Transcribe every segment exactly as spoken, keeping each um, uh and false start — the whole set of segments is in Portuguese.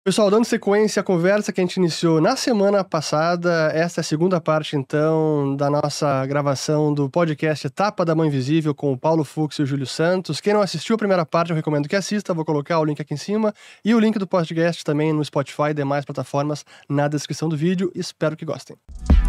Pessoal, dando sequência à conversa que a gente iniciou na semana passada, esta é a segunda parte, então, da nossa gravação do podcast Tapa da Mão Invisível com o Paulo Fux e o Júlio Santos. Quem não assistiu a primeira parte, eu recomendo que assista, vou colocar o link aqui em cima e o link do podcast também no Spotify e demais plataformas na descrição do vídeo. Espero que gostem.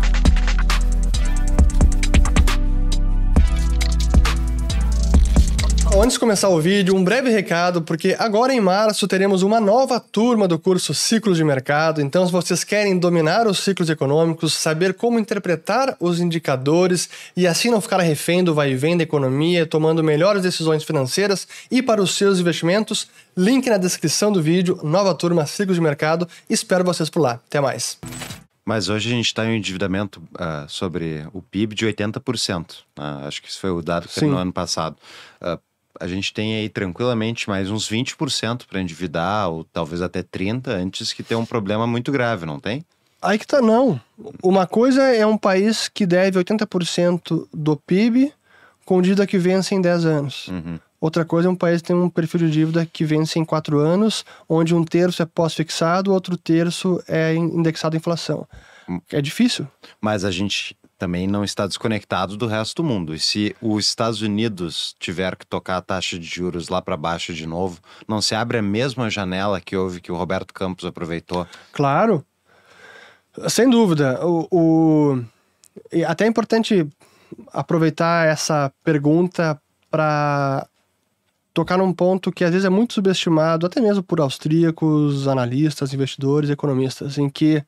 Antes de começar o vídeo, um breve recado, porque agora em março teremos uma nova turma do curso Ciclos de Mercado. Então, se vocês querem dominar os ciclos econômicos, saber como interpretar os indicadores e assim não ficar refém do vai e vem da economia, tomando melhores decisões financeiras e para os seus investimentos, link na descrição do vídeo, nova turma Ciclos de Mercado. Espero vocês por lá. Até mais. Mas hoje a gente está em um endividamento uh, sobre o P I B de oitenta por cento. Uh, acho que isso foi o dado que teve no ano passado. Uh, A gente tem aí tranquilamente mais uns vinte por cento para endividar, ou talvez até trinta por cento, antes que tenha um problema muito grave, não tem? Aí que tá, não. Uma coisa é um país que deve oitenta por cento do P I B com dívida que vence em dez anos. Uhum. Outra coisa é um país que tem um perfil de dívida que vence em quatro anos, onde um terço é pós-fixado, outro terço é indexado à inflação. É difícil. Mas a gente também não está desconectado do resto do mundo. E se os Estados Unidos tiver que tocar a taxa de juros lá para baixo de novo, não se abre a mesma janela que houve, que o Roberto Campos aproveitou? Claro. Sem dúvida. O, o... E até é importante aproveitar essa pergunta para tocar num ponto que às vezes é muito subestimado, até mesmo por austríacos, analistas, investidores, economistas, em que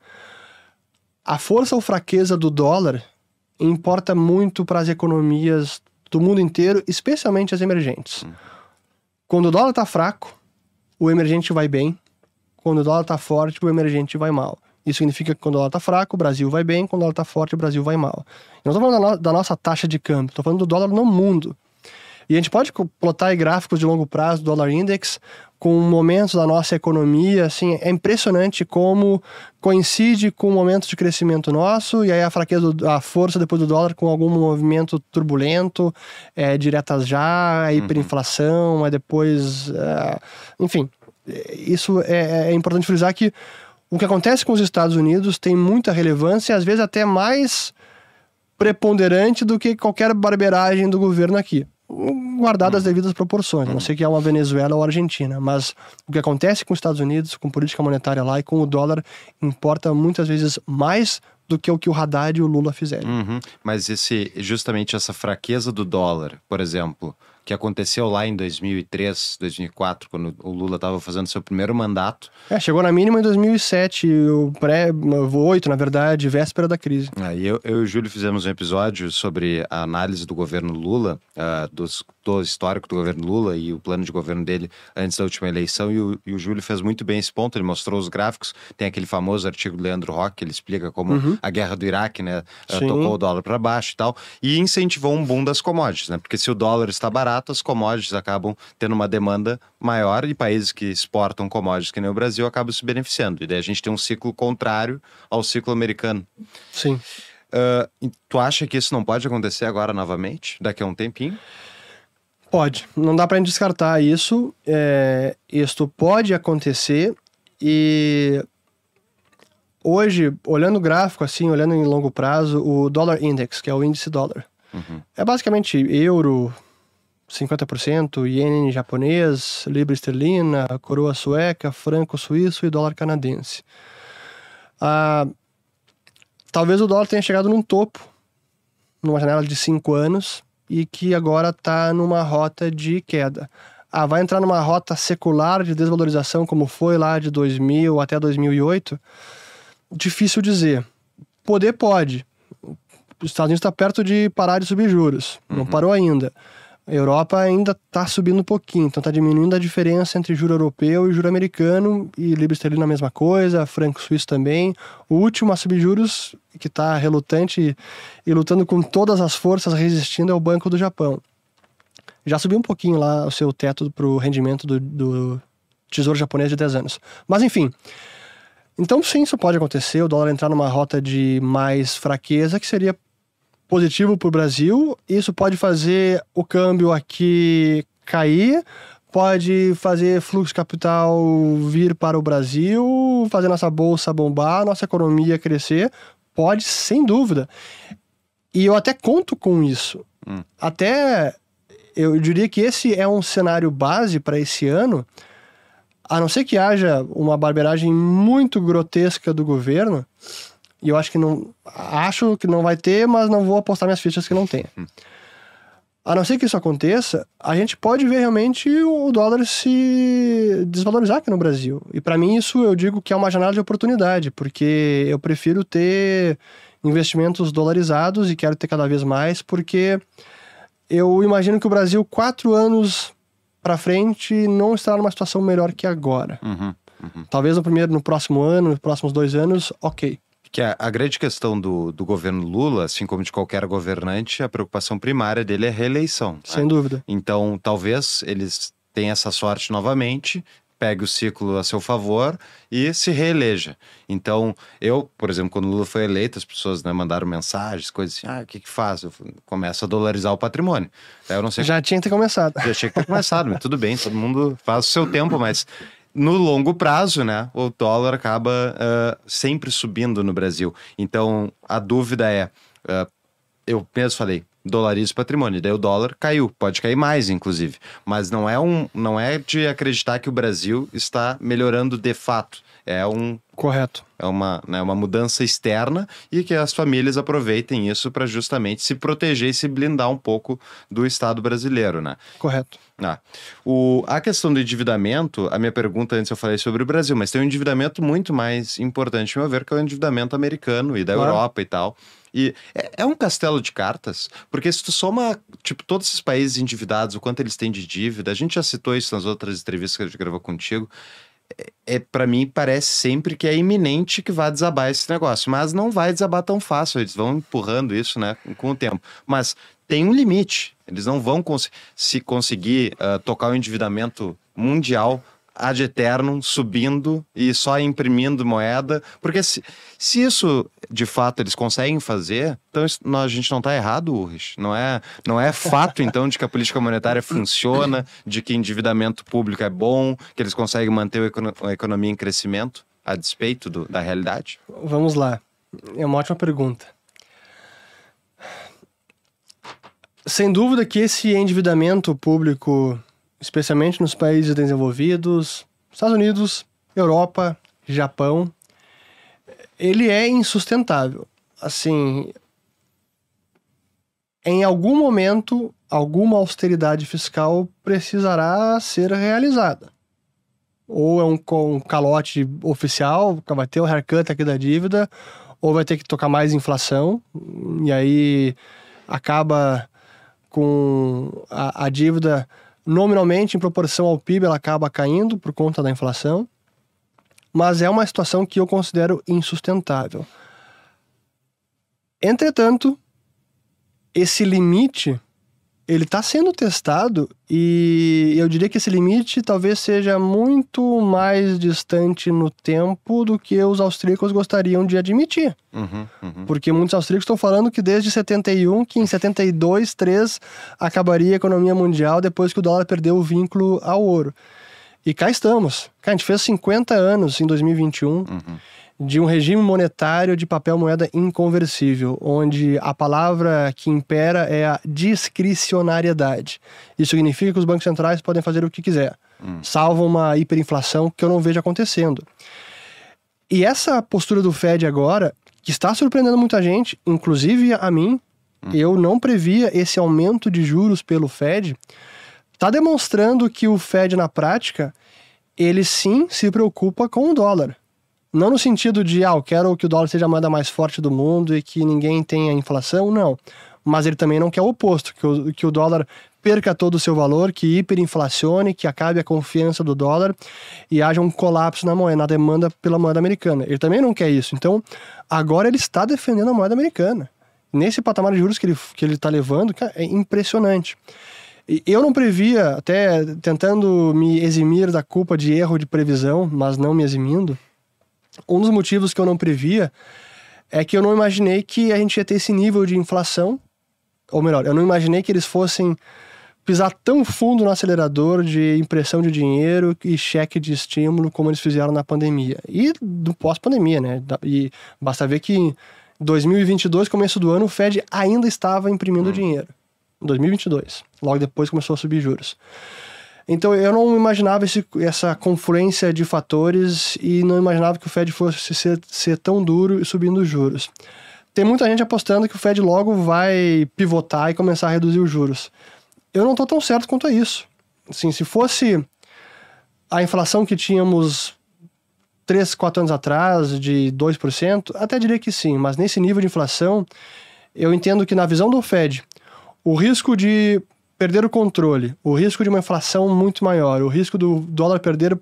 a força ou fraqueza do dólar importa muito para as economias do mundo inteiro, especialmente as emergentes. Hum. Quando o dólar está fraco, o emergente vai bem. Quando o dólar está forte, o emergente vai mal. Isso significa que quando o dólar está fraco, o Brasil vai bem. Quando o dólar está forte, o Brasil vai mal. Eu não estou falando da, no- da nossa taxa de câmbio, estou falando do dólar no mundo. E a gente pode plotar aí gráficos de longo prazo, dólar index, com momentos da nossa economia, assim, é impressionante como coincide com momentos de crescimento nosso, e aí a fraqueza, a força depois do dólar com algum movimento turbulento, é, diretas já, a hiperinflação, uhum. aí depois, é, enfim, isso é, é importante frisar que o que acontece com os Estados Unidos tem muita relevância, às vezes até mais preponderante do que qualquer barbeiragem do governo aqui. Guardado as devidas proporções, a não sei que é uma Venezuela ou Argentina, mas o que acontece com os Estados Unidos, com política monetária lá e com o dólar, importa muitas vezes mais do que o que o Haddad e o Lula fizeram. Uhum. Mas esse, justamente essa fraqueza do dólar, por exemplo, que aconteceu lá em dois mil e três, dois mil e quatro, quando o Lula estava fazendo seu primeiro mandato. É, chegou na mínima em dois mil e sete, o pré, oito, na verdade, véspera da crise. Aí eu, eu e o Júlio fizemos um episódio sobre a análise do governo Lula, uh, dos, do histórico do governo Lula e o plano de governo dele antes da última eleição, e o, e o Júlio fez muito bem esse ponto, ele mostrou os gráficos, tem aquele famoso artigo do Leandro Roque, que ele explica como uhum. a guerra do Iraque, né, uh, tocou o dólar para baixo e tal, e incentivou um boom das commodities, né, porque se o dólar está barato, as commodities acabam tendo uma demanda maior e países que exportam commodities que nem o Brasil acabam se beneficiando. E daí a gente tem um ciclo contrário ao ciclo americano. Sim. Uh, tu acha que isso não pode acontecer agora novamente? Daqui a um tempinho? Pode. Não dá pra gente descartar isso. É, isso pode acontecer e hoje, olhando o gráfico assim, olhando em longo prazo, o Dollar Index, que é o índice dólar, uhum. é basicamente euro cinquenta por cento, iene japonês, libra esterlina, coroa sueca, franco suíço e dólar canadense. Ah, talvez o dólar tenha chegado num topo, numa janela de cinco anos, e que agora está numa rota de queda. Ah, vai entrar numa rota secular de desvalorização, como foi lá de dois mil até dois mil e oito? Difícil dizer. Poder pode. Os Estados Unidos está perto de parar de subir juros. Uhum. Não parou ainda. A Europa ainda está subindo um pouquinho, então está diminuindo a diferença entre juro europeu e juro americano, e libra esterlina a mesma coisa, franco suíço também. O último a subir juros, que está relutante e, e lutando com todas as forças, resistindo, é o Banco do Japão. Já subiu um pouquinho lá o seu teto para o rendimento do, do Tesouro Japonês de dez anos. Mas enfim, então sim, isso pode acontecer, o dólar entrar numa rota de mais fraqueza, que seria positivo para o Brasil. Isso pode fazer o câmbio aqui cair, pode fazer fluxo de capital vir para o Brasil, fazer nossa bolsa bombar, nossa economia crescer. Pode, sem dúvida. E eu até conto com isso. Hum. Até, eu diria que esse é um cenário base para esse ano, a não ser que haja uma barbeiragem muito grotesca do governo, e eu acho que não, acho que não vai ter, mas não vou apostar minhas fichas que não tenha. Hum. A não ser que isso aconteça, a gente pode ver realmente o dólar se desvalorizar aqui no Brasil. E para mim isso eu digo que é uma janela de oportunidade, porque eu prefiro ter investimentos dolarizados e quero ter cada vez mais, porque eu imagino que o Brasil, quatro anos para frente, não estará numa situação melhor que agora. Uhum, uhum. Talvez no primeiro, no próximo ano, nos próximos dois anos, ok. Que a, a grande questão do, do governo Lula, assim como de qualquer governante, a preocupação primária dele é a reeleição. Sem né? dúvida. Então, talvez eles tenham essa sorte novamente, pegue o ciclo a seu favor e se reeleja. Então, eu, por exemplo, quando o Lula foi eleito, as pessoas né, mandaram mensagens, coisas assim, ah, o que que faz? Eu começo a dolarizar o patrimônio. Eu não sei... Já tinha que ter começado. Já tinha que ter começado, mas tudo bem, todo mundo faz o seu tempo, mas... No longo prazo, né, o dólar acaba uh, sempre subindo no Brasil. Então, a dúvida é, uh, eu mesmo falei, dolariza o patrimônio, daí o dólar caiu, pode cair mais, inclusive. Mas não é, um, não é de acreditar que o Brasil está melhorando de fato. É um... Correto. É uma, né, uma mudança externa e que as famílias aproveitem isso para justamente se proteger e se blindar um pouco do Estado brasileiro, né? Correto. Ah, o, a questão do endividamento, a minha pergunta antes eu falei sobre o Brasil, mas tem um endividamento muito mais importante, ao meu ver, que é o endividamento americano e da claro. Europa e tal. E é, é um castelo de cartas, porque se tu soma, tipo, todos esses países endividados, o quanto eles têm de dívida, a gente já citou isso nas outras entrevistas que a gente gravou contigo, é, para mim parece sempre que é iminente que vai desabar esse negócio, mas não vai desabar tão fácil, eles vão empurrando isso, né, com o tempo. Mas tem um limite, eles não vão cons- se conseguir uh, tocar o endividamento mundial ad eternum, subindo e só imprimindo moeda, porque se, se isso de fato eles conseguem fazer, então isso, não, a gente não está errado, Ulrich. Não é, não é fato então de que a política monetária funciona, de que endividamento público é bom, que eles conseguem manter a economia em crescimento a despeito do, da realidade? Vamos lá, é uma ótima pergunta. Sem dúvida que esse endividamento público, especialmente nos países desenvolvidos, Estados Unidos, Europa, Japão, ele é insustentável. Assim, em algum momento, alguma austeridade fiscal precisará ser realizada. Ou é um, um calote oficial, vai ter o haircut aqui da dívida, ou vai ter que tocar mais inflação, e aí acaba com a, a dívida... Nominalmente, em proporção ao P I B, ela acaba caindo por conta da inflação, mas é uma situação que eu considero insustentável. Entretanto, esse limite, ele está sendo testado e eu diria que esse limite talvez seja muito mais distante no tempo do que os austríacos gostariam de admitir. Uhum, uhum. Porque muitos austríacos estão falando que desde setenta e um, que em setenta e dois, três acabaria a economia mundial depois que o dólar perdeu o vínculo ao ouro. E cá estamos. Cá, a gente fez cinquenta anos em dois mil e vinte e um uhum. de um regime monetário de papel moeda inconversível, onde a palavra que impera é a discricionariedade. Isso significa que os bancos centrais podem fazer o que quiser, uhum. salvo uma hiperinflação que eu não vejo acontecendo. E essa postura do Fed agora, que está surpreendendo muita gente, inclusive a mim, uhum. eu não previa esse aumento de juros pelo Fed, está demonstrando que o Fed, na prática, ele sim se preocupa com o dólar. Não no sentido de, ah, eu quero que o dólar seja a moeda mais forte do mundo e que ninguém tenha inflação, não. Mas ele também não quer o oposto, que o, que o dólar perca todo o seu valor, que hiperinflacione, que acabe a confiança do dólar e haja um colapso na moeda, na demanda pela moeda americana. Ele também não quer isso. Então, agora ele está defendendo a moeda americana. Nesse patamar de juros que ele que ele está levando, cara, é impressionante. E eu não previa, até tentando me eximir da culpa de erro de previsão, mas não me eximindo, um dos motivos que eu não previa é que eu não imaginei que a gente ia ter esse nível de inflação, ou melhor, eu não imaginei que eles fossem pisar tão fundo no acelerador de impressão de dinheiro e cheque de estímulo como eles fizeram na pandemia. E do pós-pandemia, né? E basta ver que em dois mil e vinte e dois, começo do ano, o Fed ainda estava imprimindo hum. dinheiro. Em dois mil e vinte e dois. Logo depois começou a subir juros. Então eu não imaginava esse, essa confluência de fatores e não imaginava que o Fed fosse ser, ser tão duro e subindo os juros. Tem muita gente apostando que o Fed logo vai pivotar e começar a reduzir os juros. Eu não estou tão certo quanto a isso. Assim, se fosse a inflação que tínhamos três, quatro anos atrás, de dois por cento, até diria que sim, mas nesse nível de inflação, eu entendo que na visão do Fed, o risco de perder o controle, o risco de uma inflação muito maior, o risco do dólar perder,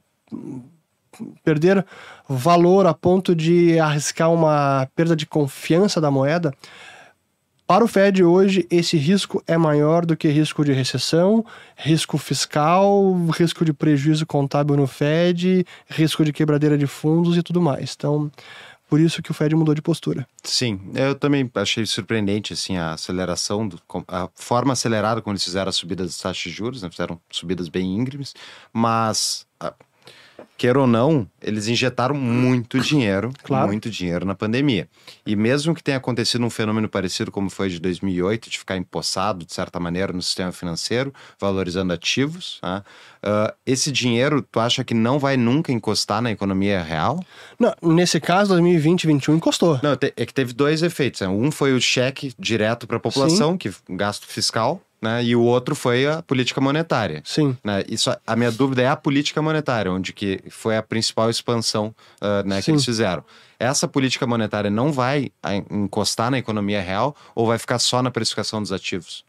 perder valor a ponto de arriscar uma perda de confiança da moeda, para o Fed hoje, esse risco é maior do que risco de recessão, risco fiscal, risco de prejuízo contábil no Fed, risco de quebradeira de fundos e tudo mais. Então, por isso que o Fed mudou de postura. Sim, eu também achei surpreendente assim, a aceleração, do, a forma acelerada como eles fizeram a subida das taxas de juros, né? Fizeram subidas bem íngremes, mas... queira ou não, eles injetaram muito dinheiro, claro. muito dinheiro na pandemia. E mesmo que tenha acontecido um fenômeno parecido como foi de dois mil e oito, de ficar empossado, de certa maneira, no sistema financeiro, valorizando ativos, tá? uh, esse dinheiro, tu acha que não vai nunca encostar na economia real? Não, nesse caso, dois mil e vinte e dois mil e vinte e um encostou. Não, é que teve dois efeitos. Né? Um foi o cheque direto para a população, Sim. que gasto fiscal, né? E o outro foi a política monetária. Sim. Né? Isso, a minha dúvida é a política monetária, onde que foi a principal expansão uh, né, que eles fizeram. Essa política monetária não vai encostar na economia real ou vai ficar só na precificação dos ativos?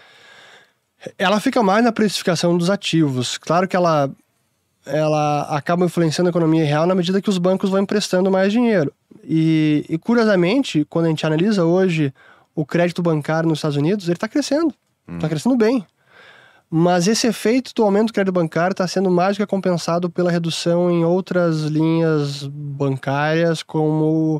Ela fica mais na precificação dos ativos. Claro que ela, ela acaba influenciando a economia real na medida que os bancos vão emprestando mais dinheiro. E, e curiosamente, quando a gente analisa hoje o crédito bancário nos Estados Unidos, ele está crescendo. Está crescendo bem. Mas esse efeito do aumento do crédito bancário está sendo mais do que compensado pela redução em outras linhas bancárias, como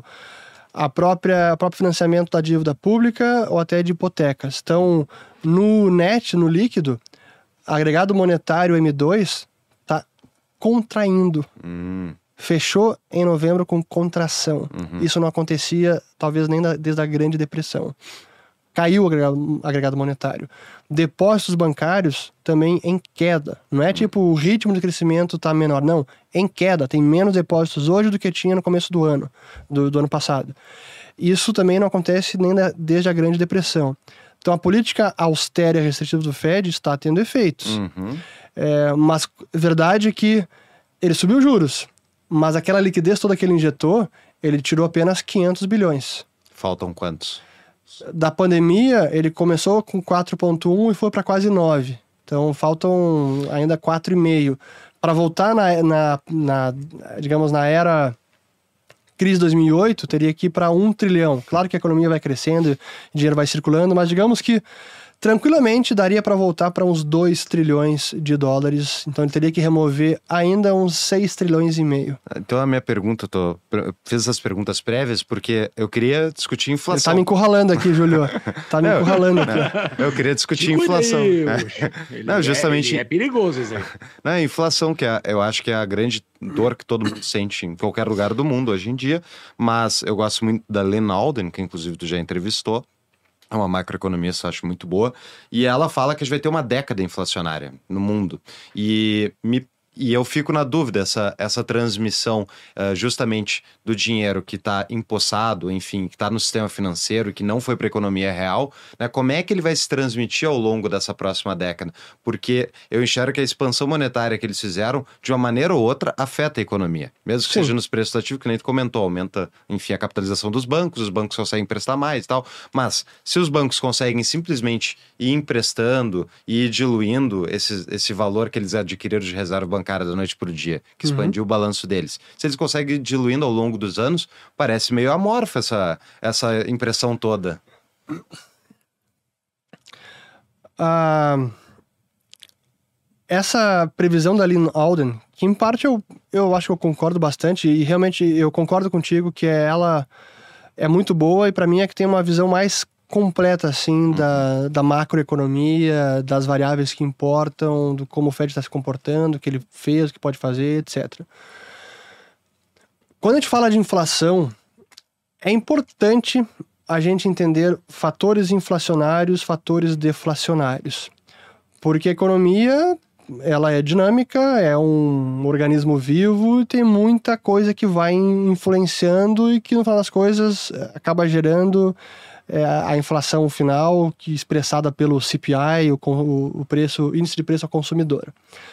a própria, o próprio financiamento da dívida pública ou até de hipotecas. Então, no net, no líquido, agregado monetário M dois está contraindo. Hum. Fechou em novembro com contração. Uhum. Isso não acontecia, talvez, nem da, desde a Grande Depressão. Caiu o agregado, agregado monetário. Depósitos bancários também em queda. Não é tipo o ritmo de crescimento está menor, não. Em queda. Tem menos depósitos hoje do que tinha no começo do ano, do, do ano passado. Isso também não acontece nem da, desde a Grande Depressão. Então a política austera e restritiva do Fed está tendo efeitos. Uhum. É, mas verdade é que ele subiu juros, mas aquela liquidez toda que ele injetou, ele tirou apenas quinhentos bilhões. Faltam quantos? Da pandemia, ele começou com quatro vírgula um e foi para quase nove. Então, faltam ainda quatro vírgula cinco. Para voltar na, na, na, digamos, na era crise de dois mil e oito, teria que ir para um trilhão. Claro que a economia vai crescendo, dinheiro vai circulando, mas digamos que tranquilamente daria para voltar para uns dois trilhões de dólares. Então ele teria que remover ainda uns seis trilhões e meio. Então a minha pergunta, eu, tô, eu fiz essas perguntas prévias porque eu queria discutir inflação. Ele tá me encurralando aqui, Júlio. Tá me encurralando aqui. Não, eu queria discutir inflação. Ele não, justamente. É, ele é perigoso isso aí. Não, a inflação, que é, eu acho que é a grande dor que todo mundo sente em qualquer lugar do mundo hoje em dia. Mas eu gosto muito da Lynn Alden, que inclusive tu já entrevistou. É uma macroeconomista, eu acho muito boa. E ela fala que a gente vai ter uma década inflacionária no mundo. E, me, e eu fico na dúvida, essa, essa transmissão uh, justamente do dinheiro que está empossado, enfim, que está no sistema financeiro, que não foi para a economia real, né? Como é que ele vai se transmitir ao longo dessa próxima década? Porque eu enxergo que a expansão monetária que eles fizeram, de uma maneira ou outra, afeta a economia. Mesmo que Sim. seja nos preços ativos, que nem tu comentou, aumenta, enfim, a capitalização dos bancos, os bancos conseguem emprestar mais e tal. Mas, se os bancos conseguem simplesmente ir emprestando e ir diluindo esse, esse valor que eles adquiriram de reserva bancária da noite para o dia, que expandiu uhum. o balanço deles, se eles conseguem ir diluindo ao longo dos anos, parece meio amorfa essa, essa impressão toda. Uh, essa previsão da Lynn Alden, que em parte eu, eu acho que eu concordo bastante, e realmente eu concordo contigo que ela é muito boa, e para mim é que tem uma visão mais completa, assim, da, da macroeconomia, das variáveis que importam, do como o Fed está se comportando, o que ele fez, o que pode fazer, etcétera. Quando a gente fala de inflação, é importante a gente entender fatores inflacionários, fatores deflacionários. Porque a economia, ela é dinâmica, é um organismo vivo e tem muita coisa que vai influenciando e que, no final das coisas, acaba gerando é, a inflação final, que expressada pelo C P I, o, o preço, índice de preço ao consumidor.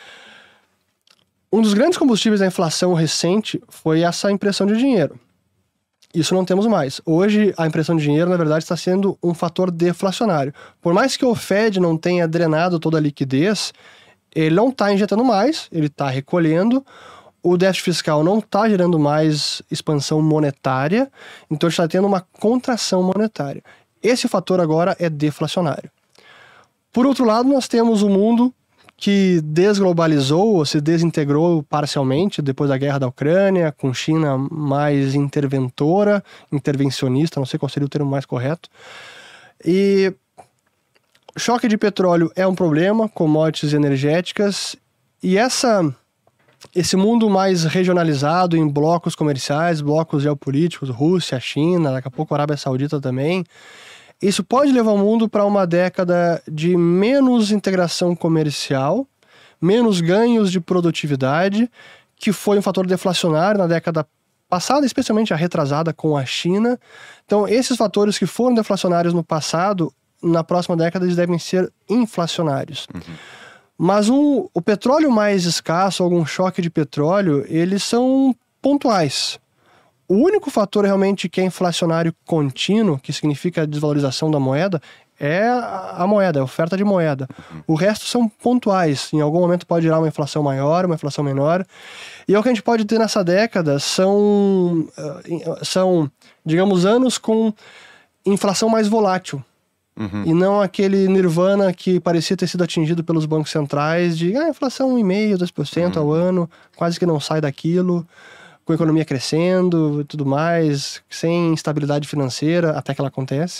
Um dos grandes combustíveis da inflação recente foi essa impressão de dinheiro. Isso não temos mais. Hoje, a impressão de dinheiro, na verdade, está sendo um fator deflacionário. Por mais que o Fed não tenha drenado toda a liquidez, ele não está injetando mais, ele está recolhendo. O déficit fiscal não está gerando mais expansão monetária, então está tendo uma contração monetária. Esse fator agora é deflacionário. Por outro lado, nós temos o mundo que desglobalizou, ou se desintegrou parcialmente depois da guerra da Ucrânia, com China mais interventora, intervencionista, não sei qual seria o termo mais correto. E choque de petróleo é um problema, commodities energéticas, e essa, esse mundo mais regionalizado em blocos comerciais, blocos geopolíticos, Rússia, China, daqui a pouco a Arábia Saudita também, isso pode levar o mundo para uma década de menos integração comercial, menos ganhos de produtividade, que foi um fator deflacionário na década passada, especialmente a retrasada com a China. Então, esses fatores que foram deflacionários no passado, na próxima década eles devem ser inflacionários. Uhum. Mas um, o petróleo mais escasso, algum choque de petróleo, eles são pontuais. O único fator realmente que é inflacionário contínuo, que significa a desvalorização da moeda, é a moeda, a oferta de moeda. O resto são pontuais. Em algum momento pode gerar uma inflação maior, uma inflação menor. E o que a gente pode ter nessa década são, são digamos, anos com inflação mais volátil. Uhum. E não aquele nirvana que parecia ter sido atingido pelos bancos centrais de ah, inflação um vírgula cinco por cento, dois por cento uhum. ao ano, quase que não sai daquilo, com a economia crescendo e tudo mais, sem instabilidade financeira, até que ela acontece.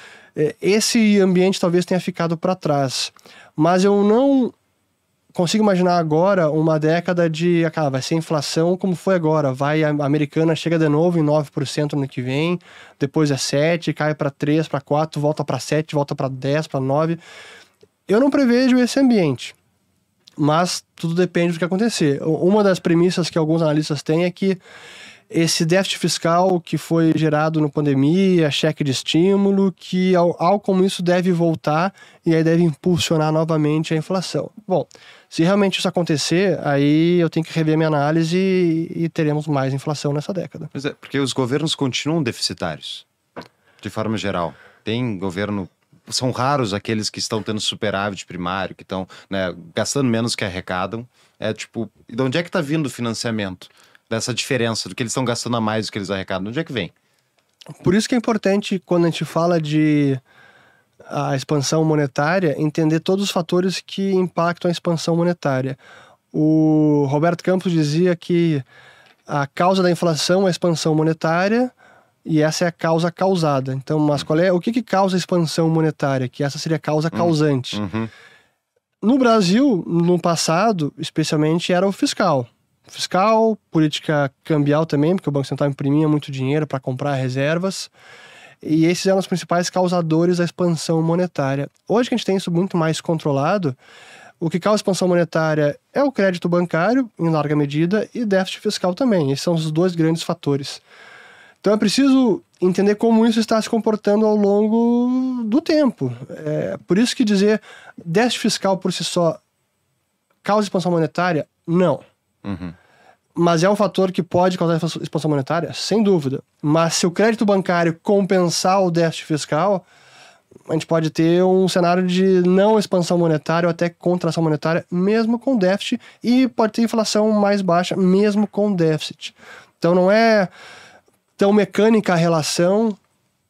Esse ambiente talvez tenha ficado para trás. Mas eu não consigo imaginar agora uma década de... Ah, vai ser inflação como foi agora. Vai, a americana chega de novo em nove por cento no ano que vem, depois é sete por cento, cai para três por cento, para quatro por cento, volta para sete por cento, volta para dez por cento, para nove por cento. Eu não prevejo esse ambiente. Mas tudo depende do que acontecer. Uma das premissas que alguns analistas têm é que esse déficit fiscal que foi gerado na pandemia, cheque de estímulo, que algo como isso deve voltar e aí deve impulsionar novamente a inflação. Bom, se realmente isso acontecer, aí eu tenho que rever minha análise e, e teremos mais inflação nessa década. Pois é, porque os governos continuam deficitários, de forma geral. Tem governo... São raros aqueles que estão tendo superávit primário, que estão, né, gastando menos que arrecadam. É tipo, de onde é que está vindo o financiamento dessa diferença do que eles estão gastando a mais do que eles arrecadam? De onde é que vem? Por isso que é importante, quando a gente fala de a expansão monetária, entender todos os fatores que impactam a expansão monetária. O Roberto Campos dizia que a causa da inflação é a expansão monetária, e essa é a causa causada. Então, mas qual é, o que, que causa a expansão monetária? Que essa seria a causa causante. Uhum. No Brasil, no passado, especialmente, era o fiscal. Fiscal, política cambial também, porque o Banco Central imprimia muito dinheiro para comprar reservas. E esses eram os principais causadores da expansão monetária. Hoje que a gente tem isso muito mais controlado, o que causa expansão monetária é o crédito bancário, em larga medida, e déficit fiscal também. Esses são os dois grandes fatores. Então é preciso entender como isso está se comportando ao longo do tempo. É, por isso que dizer déficit fiscal por si só causa expansão monetária, não. Uhum. Mas é um fator que pode causar expansão monetária, sem dúvida. Mas se o crédito bancário compensar o déficit fiscal, a gente pode ter um cenário de não expansão monetária ou até contração monetária, mesmo com déficit, e pode ter inflação mais baixa, mesmo com déficit. Então não é tão mecânica a relação,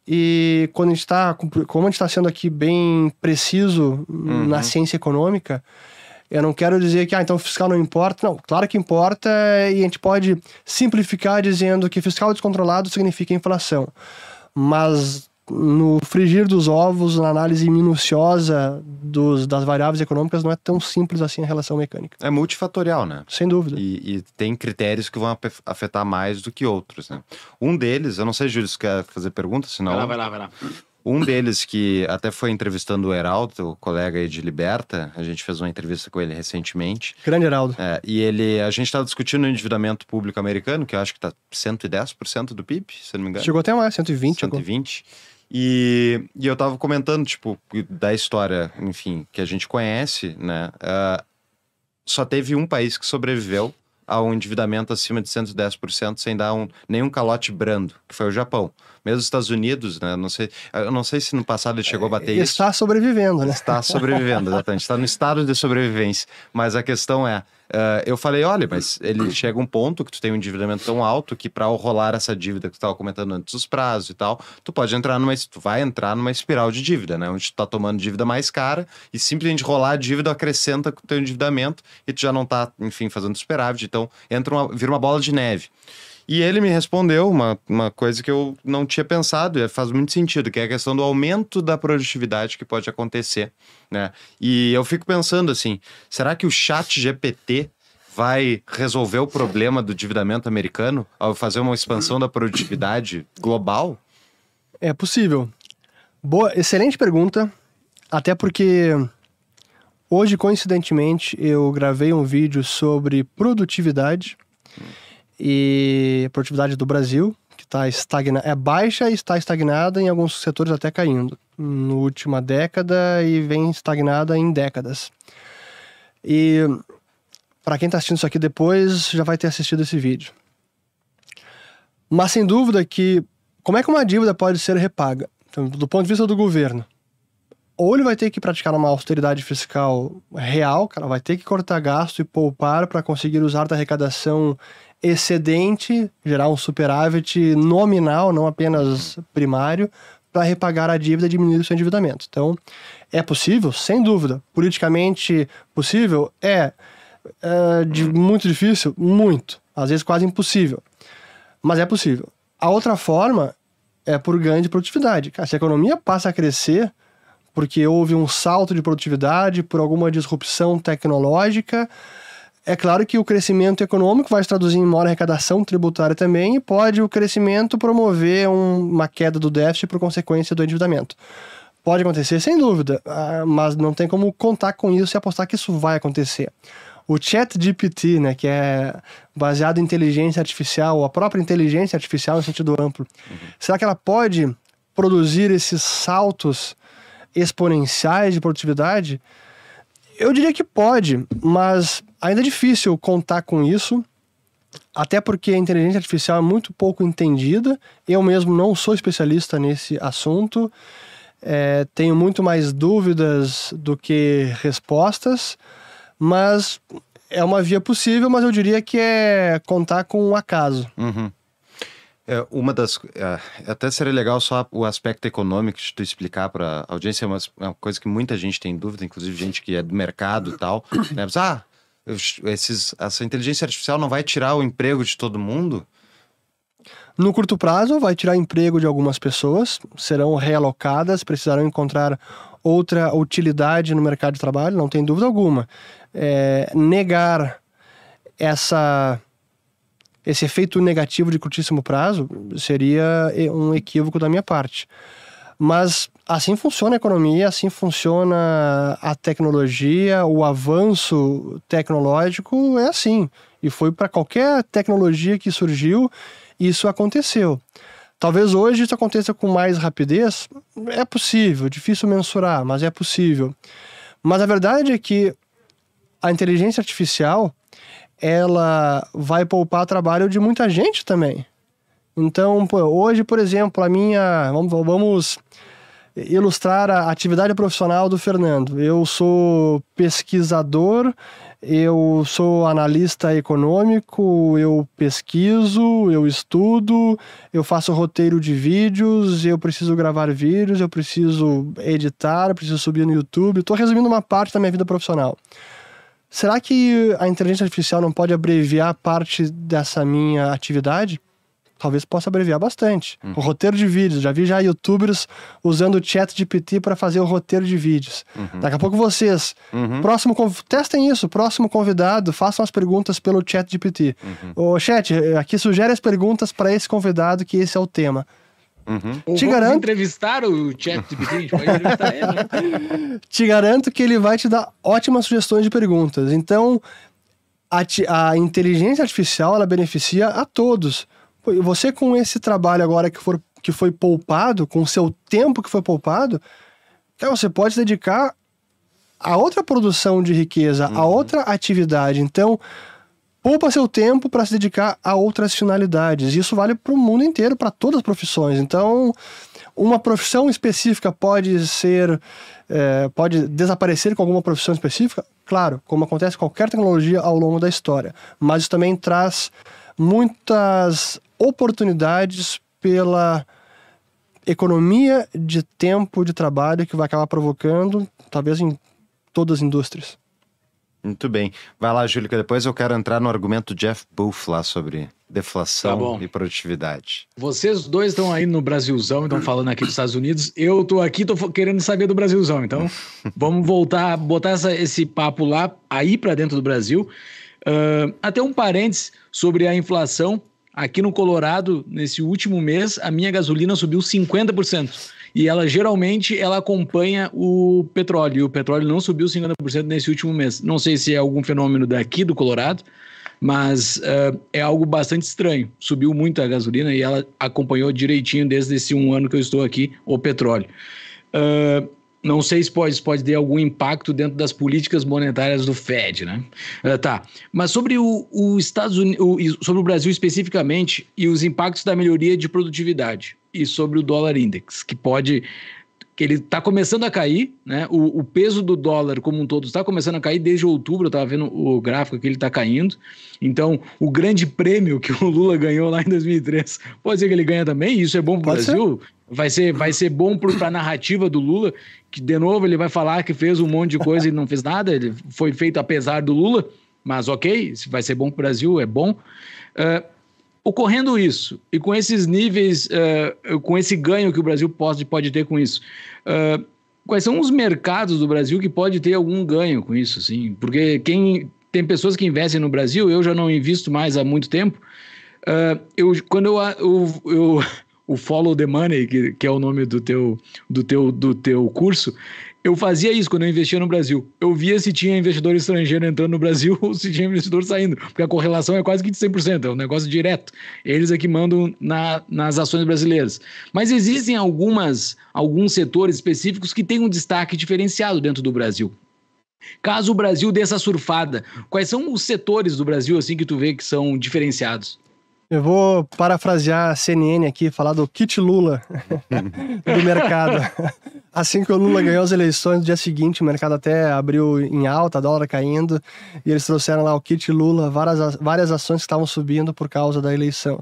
e quando a gente está, como a gente está sendo aqui bem preciso uhum. na ciência econômica, eu não quero dizer que ah, então fiscal não importa. Não, claro que importa, e a gente pode simplificar dizendo que fiscal descontrolado significa inflação. Mas no frigir dos ovos, na análise minuciosa dos, das variáveis econômicas, não é tão simples assim a relação mecânica. É multifatorial, né? Sem dúvida. E, e tem critérios que vão afetar mais do que outros, né? Um deles, eu não sei, Júlio, se quer fazer pergunta, senão... Vai lá, vai lá, vai lá. Um deles que até foi entrevistando o Heraldo, o colega aí de Liberta, a gente fez uma entrevista com ele recentemente. Grande Heraldo. É, e ele, a gente estava discutindo o endividamento público americano, que eu acho que está cento e dez por cento do P I B, se não me engano. Chegou até mais, cento e vinte. cento e vinte. E, e eu tava comentando, tipo, da história, enfim, que a gente conhece, né? Uh, só teve um país que sobreviveu ao endividamento acima de cento e dez por cento sem dar um, nenhum calote brando, que foi o Japão. Mesmo os Estados Unidos, né? Não sei, eu não sei se no passado ele chegou a bater Está isso. Está sobrevivendo, né? Está sobrevivendo, exatamente. Está no estado de sobrevivência. Mas a questão é, uh, eu falei, olha, mas ele chega um ponto que tu tem um endividamento tão alto que para rolar essa dívida que tu estava comentando antes dos prazos e tal, tu pode entrar numa, tu vai entrar numa espiral de dívida, né? Onde tu tá tomando dívida mais cara e simplesmente rolar a dívida acrescenta com o teu endividamento e tu já não tá, enfim, fazendo superávit. Então, entra uma, vira uma bola de neve. E ele me respondeu uma, uma coisa que eu não tinha pensado, e faz muito sentido, que é a questão do aumento da produtividade que pode acontecer, né? E eu fico pensando assim, será que o chat G P T vai resolver o problema do endividamento americano ao fazer uma expansão da produtividade global? É possível. Boa, excelente pergunta, até porque hoje, coincidentemente, eu gravei um vídeo sobre produtividade, e produtividade do Brasil, que está estagnada, é baixa e está estagnada, em alguns setores até caindo, na última década, e vem estagnada em décadas. E para quem está assistindo isso aqui depois, já vai ter assistido esse vídeo. Mas sem dúvida que, como é que uma dívida pode ser repaga? Então, do ponto de vista do governo, ou ele vai ter que praticar uma austeridade fiscal real, cara, vai ter que cortar gasto e poupar para conseguir usar da arrecadação excedente, gerar um superávit nominal, não apenas primário, para repagar a dívida e diminuir o seu endividamento. Então, é possível? Sem dúvida. Politicamente possível? É. É de, muito difícil? Muito. Às vezes quase impossível. Mas é possível. A outra forma é por ganho de produtividade. Cara, se a economia passa a crescer porque houve um salto de produtividade, por alguma disrupção tecnológica, é claro que o crescimento econômico vai se traduzir em maior arrecadação tributária também, e pode o crescimento promover um, uma queda do déficit por consequência do endividamento. Pode acontecer, sem dúvida, mas não tem como contar com isso e apostar que isso vai acontecer. O Chat G P T, né, que é baseado em inteligência artificial, ou a própria inteligência artificial no sentido amplo, uhum. será que ela pode produzir esses saltos exponenciais de produtividade? Eu diria que pode, mas ainda é difícil contar com isso, até porque a inteligência artificial é muito pouco entendida. Eu mesmo não sou especialista nesse assunto, é, tenho muito mais dúvidas do que respostas, mas é uma via possível, mas eu diria que é contar com um acaso. Uhum. É, uma das... É, até seria legal só o aspecto econômico de tu explicar para a audiência, é uma, uma coisa que muita gente tem dúvida, inclusive gente que é do mercado e tal, né? Mas, ah, esses, essa inteligência artificial não vai tirar o emprego de todo mundo? No curto prazo, vai tirar emprego de algumas pessoas, serão realocadas, precisarão encontrar outra utilidade no mercado de trabalho, não tem dúvida alguma. É, negar essa... esse efeito negativo de curtíssimo prazo seria um equívoco da minha parte. Mas assim funciona a economia, assim funciona a tecnologia, o avanço tecnológico é assim. E foi para qualquer tecnologia que surgiu, isso aconteceu. Talvez hoje isso aconteça com mais rapidez, é possível, difícil mensurar, mas é possível. Mas a verdade é que a inteligência artificial, ela vai poupar trabalho de muita gente também. Então, pô, hoje, por exemplo, a minha... Vamos, vamos ilustrar a atividade profissional do Fernando. Eu sou pesquisador, eu sou analista econômico, eu pesquiso, eu estudo, eu faço roteiro de vídeos, eu preciso gravar vídeos, eu preciso editar, eu preciso subir no YouTube. Estou resumindo uma parte da minha vida profissional. Será que a inteligência artificial não pode abreviar parte dessa minha atividade? talvez possa abreviar bastante. Uhum. O roteiro de vídeos, já vi já youtubers usando o chat G P T para fazer o roteiro de vídeos. Uhum. Daqui a pouco vocês, Uhum. próximo, testem isso, próximo convidado, façam as perguntas pelo chat G P T. Uhum. O chat, aqui sugere as perguntas para esse convidado, que esse é o tema. Uhum. Ou Te vamos garanto- entrevistar o chat G P T, a gente pode entrevistar ele, né? Te garanto que ele vai te dar ótimas sugestões de perguntas. Então, a, ti- a inteligência artificial, ela beneficia a todos. Pô, e você com esse trabalho agora que, for, que foi poupado, com o seu tempo que foi poupado, cara, você pode se dedicar a outra produção de riqueza, a outra atividade. Então, poupa seu tempo para se dedicar a outras finalidades. Isso vale para o mundo inteiro, para todas as profissões. Então, uma profissão específica pode ser, é, pode desaparecer com alguma profissão específica? Claro, como acontece com qualquer tecnologia ao longo da história. Mas isso também traz muitas oportunidades pela economia de tempo de trabalho que vai acabar provocando, talvez em todas as indústrias. Muito bem. Vai lá, Júlio, que depois eu quero entrar no argumento do Jeff Booth lá sobre deflação Tá bom. e produtividade. Vocês dois estão aí no Brasilzão, estão falando aqui dos Estados Unidos. Eu tô aqui, tô fo- querendo saber do Brasilzão. Então, vamos voltar, botar essa- esse papo lá, aí para dentro do Brasil. Uh, até um parênteses sobre a inflação. Aqui no Colorado, nesse último mês, a minha gasolina subiu cinquenta por cento. E ela, geralmente, ela acompanha o petróleo. E o petróleo não subiu cinquenta por cento nesse último mês. Não sei se é algum fenômeno daqui do Colorado, mas uh, é algo bastante estranho. Subiu muito a gasolina e ela acompanhou direitinho desde esse um ano que eu estou aqui, o petróleo. Uh, não sei se pode, se pode ter algum impacto dentro das políticas monetárias do Fed, né? Uh, tá, mas sobre o, o Estados Unidos, o, sobre o Brasil especificamente e os impactos da melhoria de produtividade e sobre o dólar index, que pode... que ele está começando a cair, né? O, o peso do dólar como um todo está começando a cair desde outubro. Eu estava vendo o gráfico que ele está caindo. Então, o grande prêmio que o Lula ganhou lá em dois mil e três, pode ser que ele ganha também, e isso é bom para o Brasil. Vai ser, vai ser bom para a narrativa do Lula, que de novo ele vai falar que fez um monte de coisa e não fez nada, ele foi feito apesar do Lula, mas ok, se vai ser bom para o Brasil, é bom. Uh, Ocorrendo isso, e com esses níveis, uh, com esse ganho que o Brasil pode, pode ter com isso, uh, quais são os mercados do Brasil que pode ter algum ganho com isso? Assim? Porque quem, tem pessoas que investem no Brasil, eu já não invisto mais há muito tempo. Uh, eu, quando eu, eu, eu o Follow the Money, que, que é o nome do teu, do, teu, do teu curso, eu fazia isso quando eu investia no Brasil. Eu via se tinha investidor estrangeiro entrando no Brasil ou se tinha investidor saindo, porque a correlação é quase que de cem por cento, é um negócio direto. Eles é que mandam na, nas ações brasileiras. Mas existem algumas, alguns setores específicos que têm um destaque diferenciado dentro do Brasil. Caso o Brasil dê essa surfada, quais são os setores do Brasil assim que tu vê que são diferenciados? Eu vou parafrasear a C N N aqui, falar do kit Lula do mercado. Assim que o Lula ganhou as eleições, no dia seguinte o mercado até abriu em alta, dólar caindo, e eles trouxeram lá o kit Lula, várias, várias ações que estavam subindo por causa da eleição.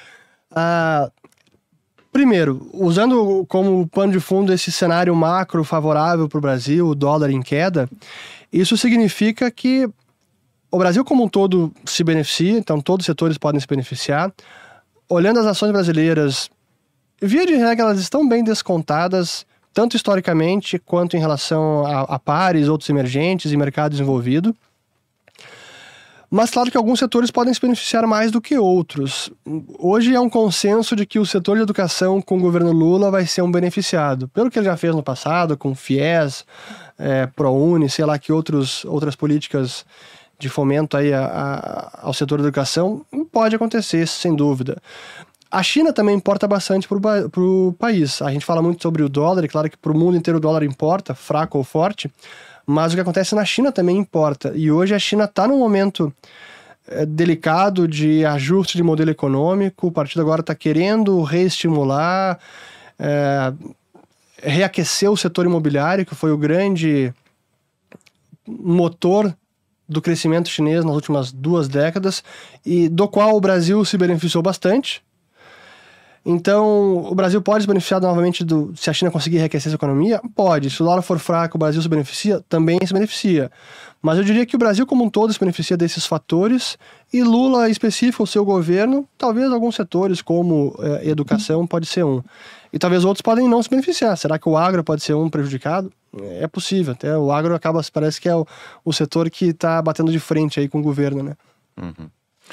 Ah, primeiro, usando como pano de fundo esse cenário macro favorável para o Brasil, o dólar em queda, isso significa que o Brasil como um todo se beneficia, então todos os setores podem se beneficiar. Olhando as ações brasileiras, via de regra, elas estão bem descontadas, tanto historicamente quanto em relação a, a pares, outros emergentes e mercado desenvolvido. Mas claro que alguns setores podem se beneficiar mais do que outros. Hoje é um consenso de que o setor de educação com o governo Lula vai ser um beneficiado. Pelo que ele já fez no passado, com FIES, é, ProUni, sei lá que outros, outras políticas de fomento aí a, a, ao setor da educação, pode acontecer, sem dúvida. A China também importa bastante para o país. A gente fala muito sobre o dólar, e claro que para o mundo inteiro o dólar importa, fraco ou forte, mas o que acontece na China também importa. E hoje a China está num momento é, delicado de ajuste de modelo econômico, o partido agora está querendo reestimular, é, reaquecer o setor imobiliário, que foi o grande motor do crescimento chinês nas últimas duas décadas, e do qual o Brasil se beneficiou bastante. Então, o Brasil pode se beneficiar novamente do, se a China conseguir enriquecer essa economia? Pode. Se o dólar for fraco, o Brasil se beneficia? Também se beneficia. Mas eu diria que o Brasil como um todo se beneficia desses fatores e Lula, em específico, o seu governo, talvez alguns setores como é, educação pode ser um. E talvez outros podem não se beneficiar. Será que o agro pode ser um prejudicado? É possível. Até o agro acaba, parece que é o, o setor que está batendo de frente aí com o governo, né? Uhum.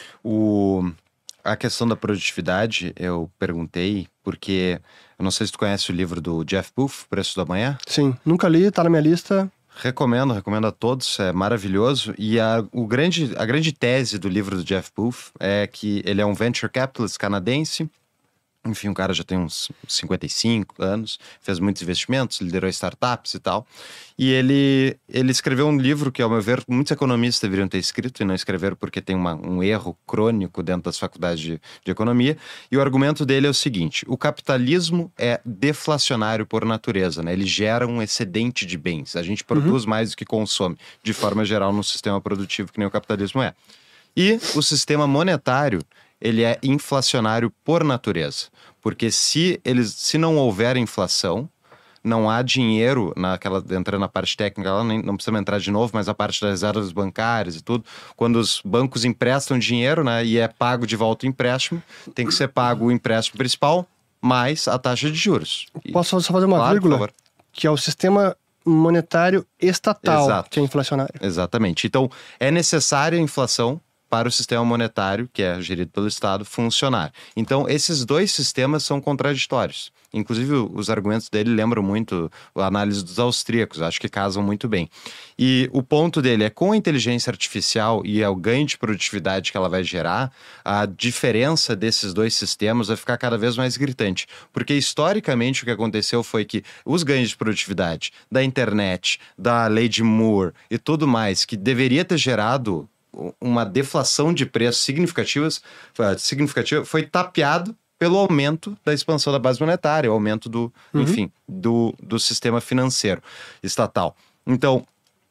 O... A questão da produtividade, eu perguntei, porque eu não sei se tu conhece o livro do Jeff Booth, Preço do Amanhã. Sim, nunca li, tá na minha lista. Recomendo, recomendo a todos, é maravilhoso. E a, o grande, a grande tese do livro do Jeff Booth é que ele é um venture capitalist canadense. Enfim, o cara já tem uns cinquenta e cinco anos, fez muitos investimentos, liderou startups e tal. E ele, ele escreveu um livro que, ao meu ver, muitos economistas deveriam ter escrito e não escreveram porque tem uma, um erro crônico dentro das faculdades de, de economia. E o argumento dele é o seguinte: o capitalismo é deflacionário por natureza, né? Ele gera um excedente de bens. A gente produz uhum. mais do que consome, de forma geral, num sistema produtivo que nem o capitalismo é. E o sistema monetário, ele é inflacionário por natureza. Porque se, eles, se não houver inflação, não há dinheiro, naquela, entrando na parte técnica, ela nem, não precisa entrar de novo, mas a parte das reservas bancárias e tudo, quando os bancos emprestam dinheiro, né, e é pago de volta o empréstimo, tem que ser pago o empréstimo principal mais a taxa de juros. Posso só fazer uma claro, vírgula? Que é o sistema monetário estatal, Exato. Que é inflacionário. Exatamente. Então, é necessária a inflação para o sistema monetário, que é gerido pelo Estado, funcionar. Então, esses dois sistemas são contraditórios. Inclusive, os argumentos dele lembram muito a análise dos austríacos, acho que casam muito bem. E o ponto dele é, com a inteligência artificial e o ganho de produtividade que ela vai gerar, a diferença desses dois sistemas vai ficar cada vez mais gritante. Porque, historicamente, o que aconteceu foi que os ganhos de produtividade da internet, da lei de Moore e tudo mais, que deveria ter gerado uma deflação de preços significativas, significativa, foi tapeado pelo aumento da expansão da base monetária, o aumento do, uhum. enfim, do, do sistema financeiro estatal. Então,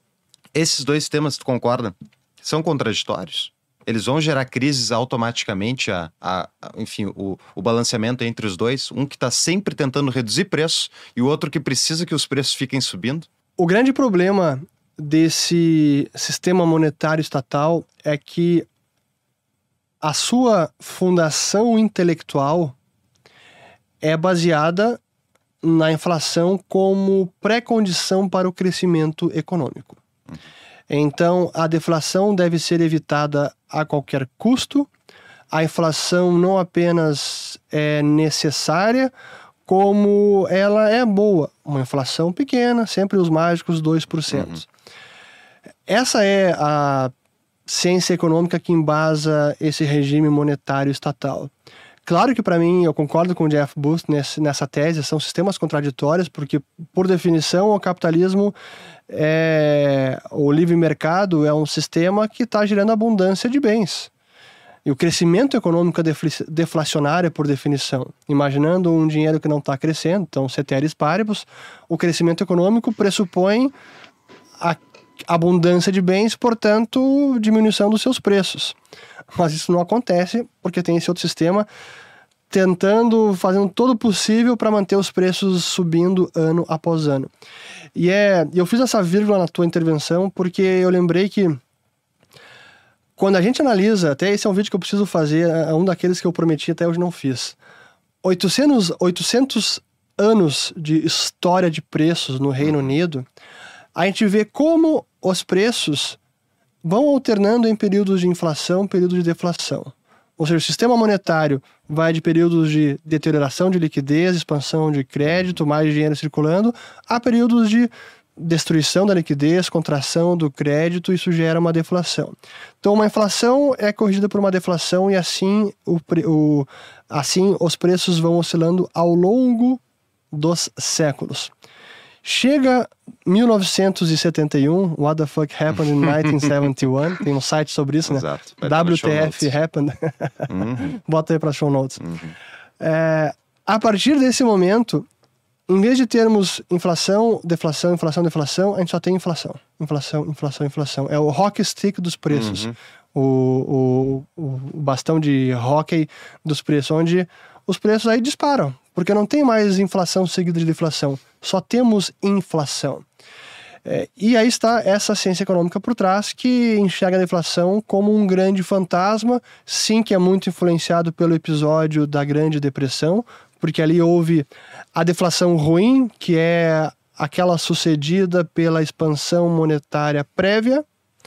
esses dois sistemas, tu concorda? São contraditórios? Eles vão gerar crises automaticamente, a, a, a, enfim, o, o balanceamento entre os dois, um que está sempre tentando reduzir preços e o outro que precisa que os preços fiquem subindo? O grande problema desse sistema monetário estatal é que a sua fundação intelectual é baseada na inflação como pré-condição para o crescimento econômico. Então, a deflação deve ser evitada a qualquer custo. A inflação não apenas é necessária, como ela é boa. Uma inflação pequena, sempre os mágicos dois por cento. Uhum. Essa é a ciência econômica que embasa esse regime monetário estatal. Claro que, para mim, eu concordo com o Jeff Booth nesse, nessa tese, são sistemas contraditórios, porque, por definição, o capitalismo, é, o livre mercado é um sistema que está gerando abundância de bens. E o crescimento econômico é deflacionário, por definição. Imaginando um dinheiro que não está crescendo, então, ceteris paribus, o crescimento econômico pressupõe a abundância de bens, portanto, diminuição dos seus preços. Mas isso não acontece porque tem esse outro sistema tentando, fazendo todo o possível para manter os preços subindo ano após ano. E é, eu fiz essa vírgula na tua intervenção porque eu lembrei que quando a gente analisa, até esse é um vídeo que eu preciso fazer, é um daqueles que eu prometi até hoje não fiz. oitocentos, oitocentos anos de história de preços no Reino Unido, a gente vê como os preços vão alternando em períodos de inflação, períodos de deflação. Ou seja, o sistema monetário vai de períodos de deterioração de liquidez, expansão de crédito, mais dinheiro circulando, a períodos de destruição da liquidez, contração do crédito, isso gera uma deflação. Então, uma inflação é corrigida por uma deflação e assim, o, o, assim os preços vão oscilando ao longo dos séculos. Chega mil novecentos e setenta e um, What the fuck happened in nineteen seventy-one? Tem um site sobre isso, né? Exato. W T F happened. Uhum. Bota aí para show notes. Uhum. É, a partir desse momento, em vez de termos inflação, deflação, inflação, deflação, a gente só tem inflação. Inflação, inflação, inflação. É o hockey stick dos preços. Uhum. O, o, o bastão de hóquei dos preços, onde os preços aí disparam, porque não tem mais inflação seguida de deflação, só temos inflação. É, e aí está essa ciência econômica por trás, que enxerga a deflação como um grande fantasma, sim, que é muito influenciado pelo episódio da Grande Depressão, porque ali houve a deflação ruim, que é aquela sucedida pela expansão monetária prévia.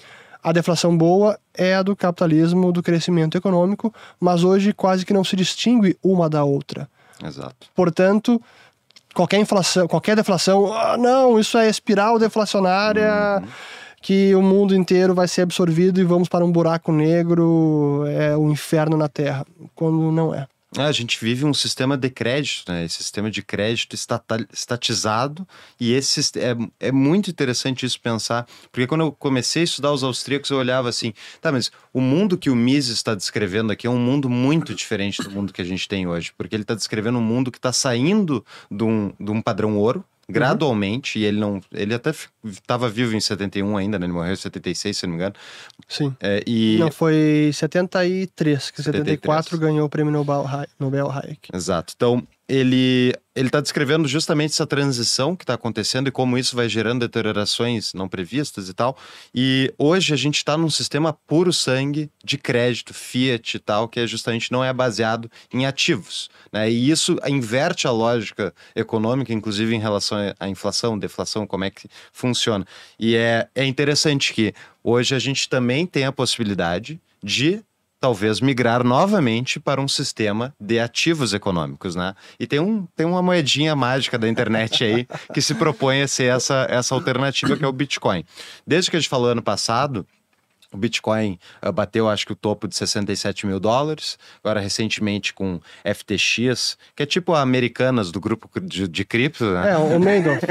A deflação boa é a do capitalismo, do crescimento econômico, mas hoje quase que não se distingue uma da outra. Exato. Portanto, qualquer inflação, qualquer deflação, ah, não, isso é espiral deflacionária, uhum. que o mundo inteiro vai ser absorvido e vamos para um buraco negro, é o inferno na Terra, quando não é. A gente vive um sistema de crédito, né? Esse sistema de crédito estatizado, e esse é, é muito interessante isso pensar, porque quando eu comecei a estudar os austríacos, eu olhava assim, tá, mas o mundo que o Mises está descrevendo aqui é um mundo muito diferente do mundo que a gente tem hoje, porque ele está descrevendo um mundo que está saindo de um, de um padrão ouro, gradualmente, uhum. e ele não. Ele até estava vivo em setenta e um ainda, né? Ele morreu em setenta e seis, se não me engano. Sim. É, e... Não, foi setenta e três, que em setenta e quatro setenta e três ganhou o prêmio Nobel, Nobel Hayek. Exato. Então, ele ele está descrevendo justamente essa transição que está acontecendo e como isso vai gerando deteriorações não previstas e tal. E hoje a gente está num sistema puro sangue de crédito, fiat e tal, que é justamente não é baseado em ativos, né? E isso inverte a lógica econômica, inclusive em relação à inflação, deflação, como é que funciona. E é, é interessante que hoje a gente também tem a possibilidade de talvez migrar novamente para um sistema de ativos econômicos, né? E tem, um, tem uma moedinha mágica da internet aí que se propõe a ser essa, essa alternativa, que é o Bitcoin. Desde que a gente falou ano passado, o Bitcoin uh, bateu, acho que, o topo de sessenta e sete mil dólares. Agora, recentemente, com F T X, que é tipo a Americanas do grupo de, de cripto, né? É, o Madoff.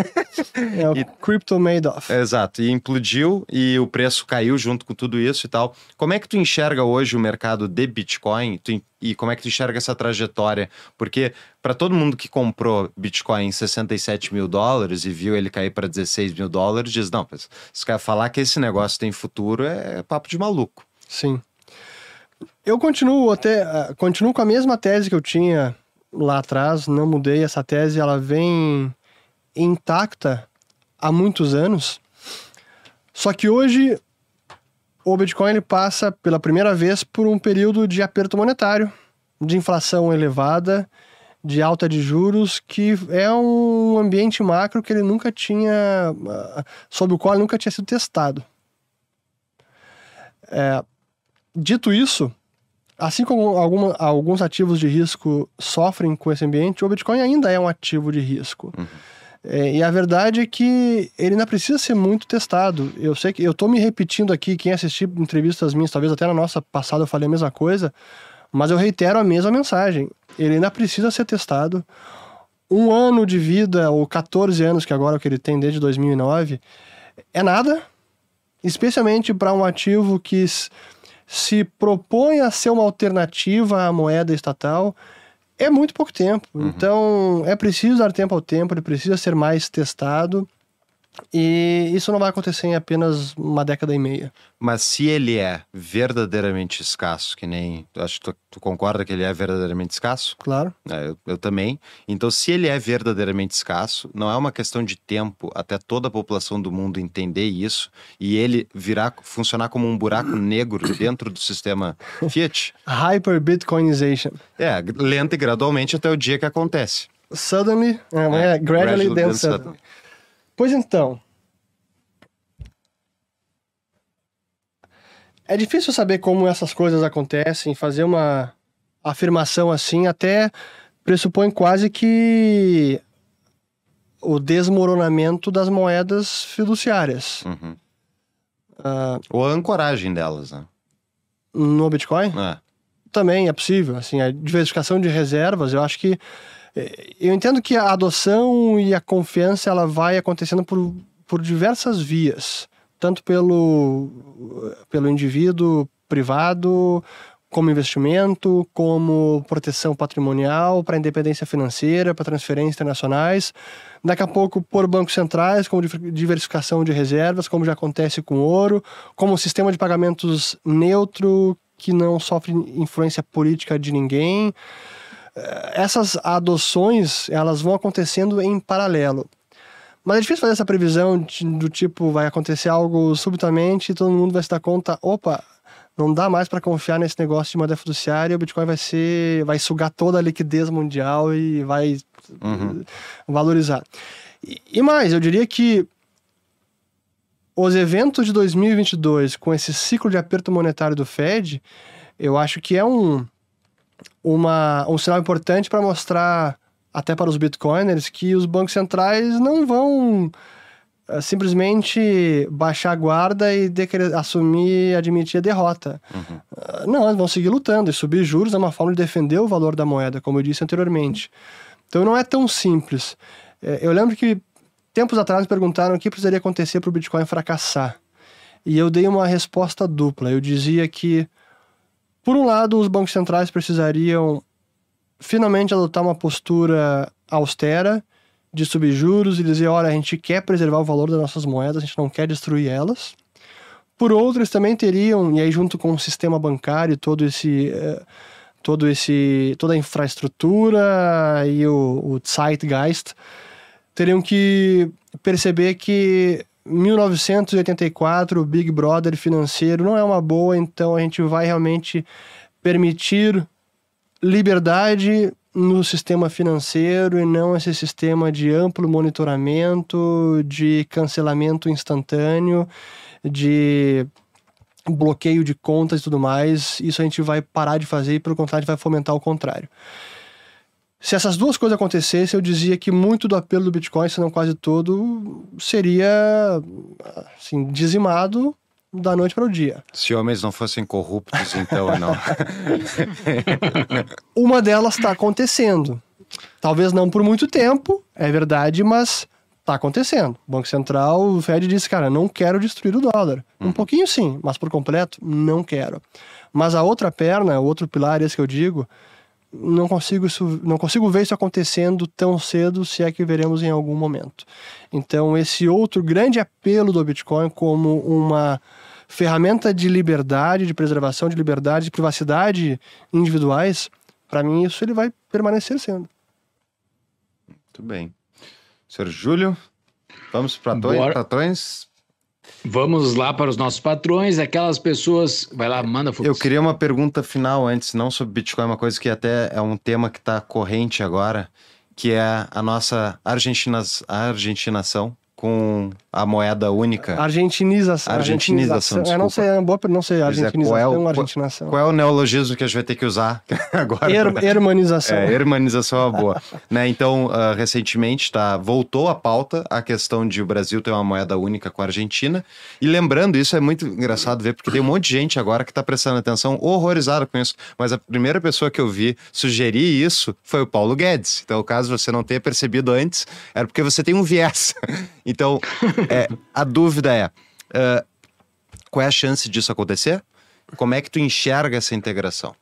É o e, Crypto Madoff. Exato. E implodiu e o preço caiu junto com tudo isso e tal. Como é que tu enxerga hoje o mercado de Bitcoin? Tu, e como é que tu enxerga essa trajetória? Porque para todo mundo que comprou Bitcoin em sessenta e sete mil dólares e viu ele cair para dezesseis mil dólares, diz, não, mas se quer falar que esse negócio tem futuro, é papo de maluco. Sim. Eu continuo até uh, continuo com a mesma tese que eu tinha lá atrás, não mudei essa tese, ela vem intacta há muitos anos. Só que hoje o Bitcoin ele passa pela primeira vez por um período de aperto monetário, de inflação elevada, de alta de juros, que é um ambiente macro que ele nunca tinha, sobre o qual ele nunca tinha sido testado. É, dito isso, assim como alguma, alguns ativos de risco sofrem com esse ambiente, o Bitcoin ainda é um ativo de risco. Uhum. É, e a verdade é que ele ainda precisa ser muito testado. Eu sei que eu tô me repetindo aqui, quem assistiu entrevistas minhas, talvez até na nossa passada eu falei a mesma coisa, mas eu reitero a mesma mensagem. Ele ainda precisa ser testado. Um ano de vida, ou quatorze anos, que agora é o que ele tem desde dois mil e nove, é nada, especialmente para um ativo que se propõe a ser uma alternativa à moeda estatal. É muito pouco tempo, uhum. Então é preciso dar tempo ao tempo, ele precisa ser mais testado, e isso não vai acontecer em apenas uma década e meia. Mas se ele é verdadeiramente escasso, que nem, acho que tu, tu concorda que ele é verdadeiramente escasso? Claro. É, eu, eu também. Então, se ele é verdadeiramente escasso, não é uma questão de tempo até toda a população do mundo entender isso e ele virar, funcionar como um buraco negro dentro do sistema Fiat? Hyper-Bitcoinization. É, lenta e gradualmente até o dia que acontece. Suddenly, é, é, gradually, gradually then suddenly. suddenly. Pois então, é difícil saber como essas coisas acontecem, fazer uma afirmação assim até pressupõe quase que o desmoronamento das moedas fiduciárias. Uhum. Uh, Ou a ancoragem delas, né? No Bitcoin? É. Também é possível, assim, a diversificação de reservas, eu acho que eu entendo que a adoção e a confiança ela vai acontecendo por, por diversas vias, tanto pelo, pelo indivíduo privado, como investimento, como proteção patrimonial, para independência financeira, para transferências internacionais, daqui a pouco por bancos centrais, como diversificação de reservas, como já acontece com ouro, como um sistema de pagamentos neutro, que não sofre influência política de ninguém. essas adoções, elas vão acontecendo em paralelo. Mas é difícil fazer essa previsão de, do tipo, vai acontecer algo subitamente e todo mundo vai se dar conta, opa, não dá mais para confiar nesse negócio de moeda fiduciária, o Bitcoin vai ser, vai sugar toda a liquidez mundial e vai uhum. valorizar. E, e mais, eu diria que os eventos de dois mil e vinte e dois, com esse ciclo de aperto monetário do Fed, eu acho que é um, uma, um sinal importante para mostrar, até para os bitcoiners, que os bancos centrais não vão uh, simplesmente baixar a guarda e de- assumir e admitir a derrota. Uhum. Uh, não, eles vão seguir lutando, e subir juros é uma forma de defender o valor da moeda, como eu disse anteriormente. Então não é tão simples. Uh, eu lembro que tempos atrás me perguntaram o que precisaria acontecer para o Bitcoin fracassar. E eu dei uma resposta dupla. Eu dizia que, por um lado, os bancos centrais precisariam finalmente adotar uma postura austera de subir juros e dizer, olha, a gente quer preservar o valor das nossas moedas, a gente não quer destruir elas. Por outro, eles também teriam, e aí junto com o sistema bancário, todo esse, todo esse, toda a infraestrutura e o, o Zeitgeist, teriam que perceber que mil novecentos e oitenta e quatro, o Big Brother financeiro não é uma boa, então a gente vai realmente permitir liberdade no sistema financeiro e não esse sistema de amplo monitoramento, de cancelamento instantâneo, de bloqueio de contas e tudo mais. Isso a gente vai parar de fazer e, pelo contrário, a gente vai fomentar o contrário. Se essas duas coisas acontecessem, eu dizia que muito do apelo do Bitcoin, se não quase todo, seria assim, dizimado da noite para o dia. Se homens não fossem corruptos, então não. Uma delas está acontecendo. Talvez não por muito tempo, é verdade, mas está acontecendo. O Banco Central, o Fed disse, cara, não quero destruir o dólar. Um hum. pouquinho sim, mas por completo, não quero. Mas a outra perna, o outro pilar, esse que eu digo, não consigo, isso, não consigo ver isso acontecendo tão cedo, se é que veremos em algum momento. Então, esse outro grande apelo do Bitcoin como uma ferramenta de liberdade, de preservação de liberdade, de privacidade individuais, para mim isso ele vai permanecer sendo. Muito bem. senhor Júlio, vamos para patrões? Vamos lá para os nossos patrões, aquelas pessoas... Vai lá, manda, Fux. Eu queria uma pergunta final antes, não sobre Bitcoin, uma coisa que até é um tema que está corrente agora, que é a nossa argentina, a argentinação com a moeda única. Argentinização. Argentinização, desculpa. Eu não sei, é boa, não sei, argentinização, é, qual é o, argentinação. Qual é o neologismo que a gente vai ter que usar agora? Her, hermanização. É, hermanização é uma boa. Né? Então, uh, recentemente, tá, voltou à pauta a questão de o Brasil ter uma moeda única com a Argentina. E lembrando, isso é muito engraçado ver, porque tem um monte de gente agora que está prestando atenção, horrorizada com isso. Mas a primeira pessoa que eu vi sugerir isso foi o Paulo Guedes. Então, caso você não tenha percebido antes, era porque você tem um viés. Então, é, a dúvida é, uh, qual é a chance disso acontecer? Como é que tu enxerga essa integração?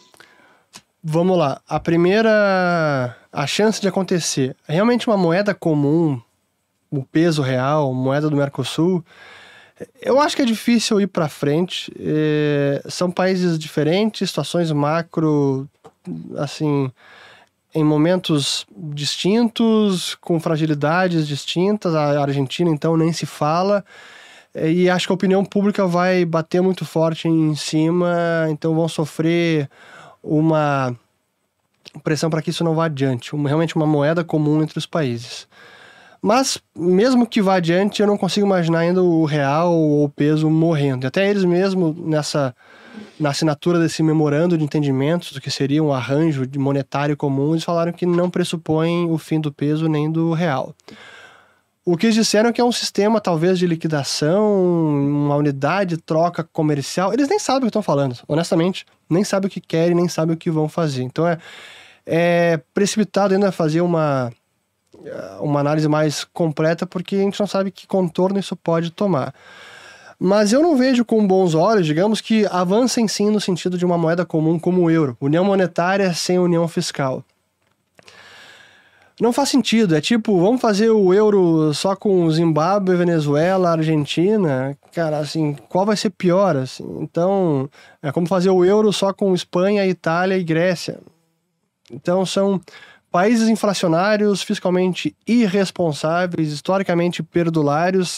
Vamos lá. A primeira, a chance de acontecer, realmente uma moeda comum, o peso real, moeda do Mercosul, eu acho que é difícil ir para frente. É, são países diferentes, situações macro, assim... em momentos distintos, com fragilidades distintas. A Argentina, então, nem se fala. E acho que a opinião pública vai bater muito forte em cima, então vão sofrer uma pressão para que isso não vá adiante. Uma, realmente uma moeda comum entre os países. Mas, mesmo que vá adiante, eu não consigo imaginar ainda o real ou o peso morrendo. E até eles mesmos, nessa... na assinatura desse memorando de entendimentos, do que seria um arranjo de monetário comum, eles falaram que não pressupõe o fim do peso nem do real. O que eles disseram é que é um sistema, talvez, de liquidação, uma unidade de troca comercial. Eles nem sabem o que estão falando, honestamente. Nem sabem o que querem, nem sabem o que vão fazer. Então é, é precipitado ainda fazer uma, uma análise mais completa, porque a gente não sabe que contorno isso pode tomar. Mas eu não vejo com bons olhos, digamos, que avancem sim no sentido de uma moeda comum como o euro. União monetária sem união fiscal. Não faz sentido. É tipo, vamos fazer o euro só com Zimbábue, Venezuela, Argentina. Cara, assim, qual vai ser pior? Assim? Então, é como fazer o euro só com Espanha, Itália e Grécia. Então são países inflacionários, fiscalmente irresponsáveis, historicamente perdulários.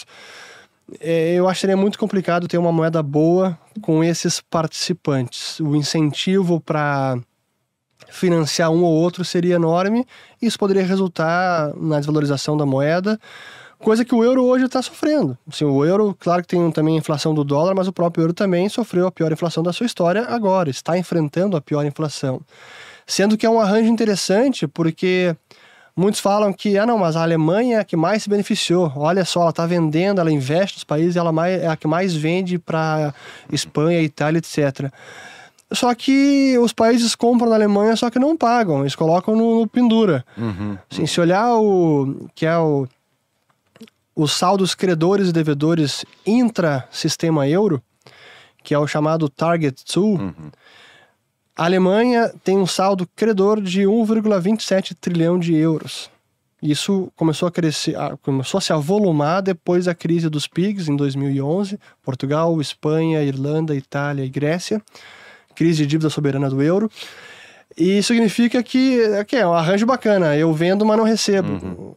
É, eu acho que seria muito complicado ter uma moeda boa com esses participantes. O incentivo para financiar um ou outro seria enorme. Isso poderia resultar na desvalorização da moeda, coisa que o euro hoje está sofrendo. Assim, o euro, claro que tem também a inflação do dólar, mas o próprio euro também sofreu a pior inflação da sua história agora, está enfrentando a pior inflação. Sendo que é um arranjo interessante, porque muitos falam que, ah não, mas a Alemanha é a que mais se beneficiou. Olha só, ela está vendendo, ela investe nos países, ela é a que mais vende para Espanha, Itália, etcétera. Só que os países compram na Alemanha, só que não pagam, eles colocam no, no pendura. Uhum. Assim, se olhar o que é o os saldos credores e devedores intra-sistema euro, que é o chamado Target dois, uhum. A Alemanha tem um saldo credor de um vírgula vinte e sete trilhão de euros. Isso começou a crescer, começou a se avolumar depois da crise dos P I Gs em dois mil e onze. Portugal, Espanha, Irlanda, Itália e Grécia. Crise de dívida soberana do euro. E isso significa que, que é um arranjo bacana. Eu vendo, mas não recebo. Uhum.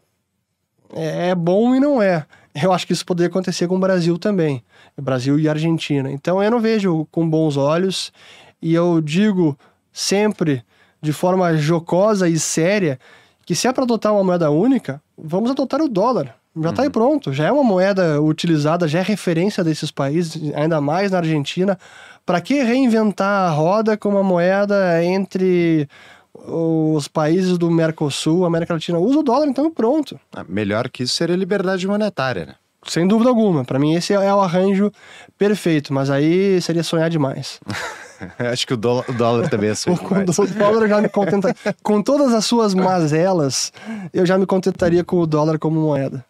É, é bom e não é. Eu acho que isso poderia acontecer com o Brasil também. Brasil e Argentina. Então eu não vejo com bons olhos. E eu digo sempre, de forma jocosa e séria, que se é para adotar uma moeda única, vamos adotar o dólar. Já está uhum. aí pronto. Já é uma moeda utilizada, já é referência desses países, ainda mais na Argentina. Para que reinventar a roda com uma moeda entre os países do Mercosul, América Latina? Usa o dólar, então pronto. Ah, melhor que isso seria liberdade monetária, né? Sem dúvida alguma. Para mim esse é o arranjo perfeito, mas aí seria sonhar demais. Acho que o dólar, o dólar também é sonho demais. O dólar eu já me contentaria. Com todas as suas mazelas, eu já me contentaria com o dólar como moeda.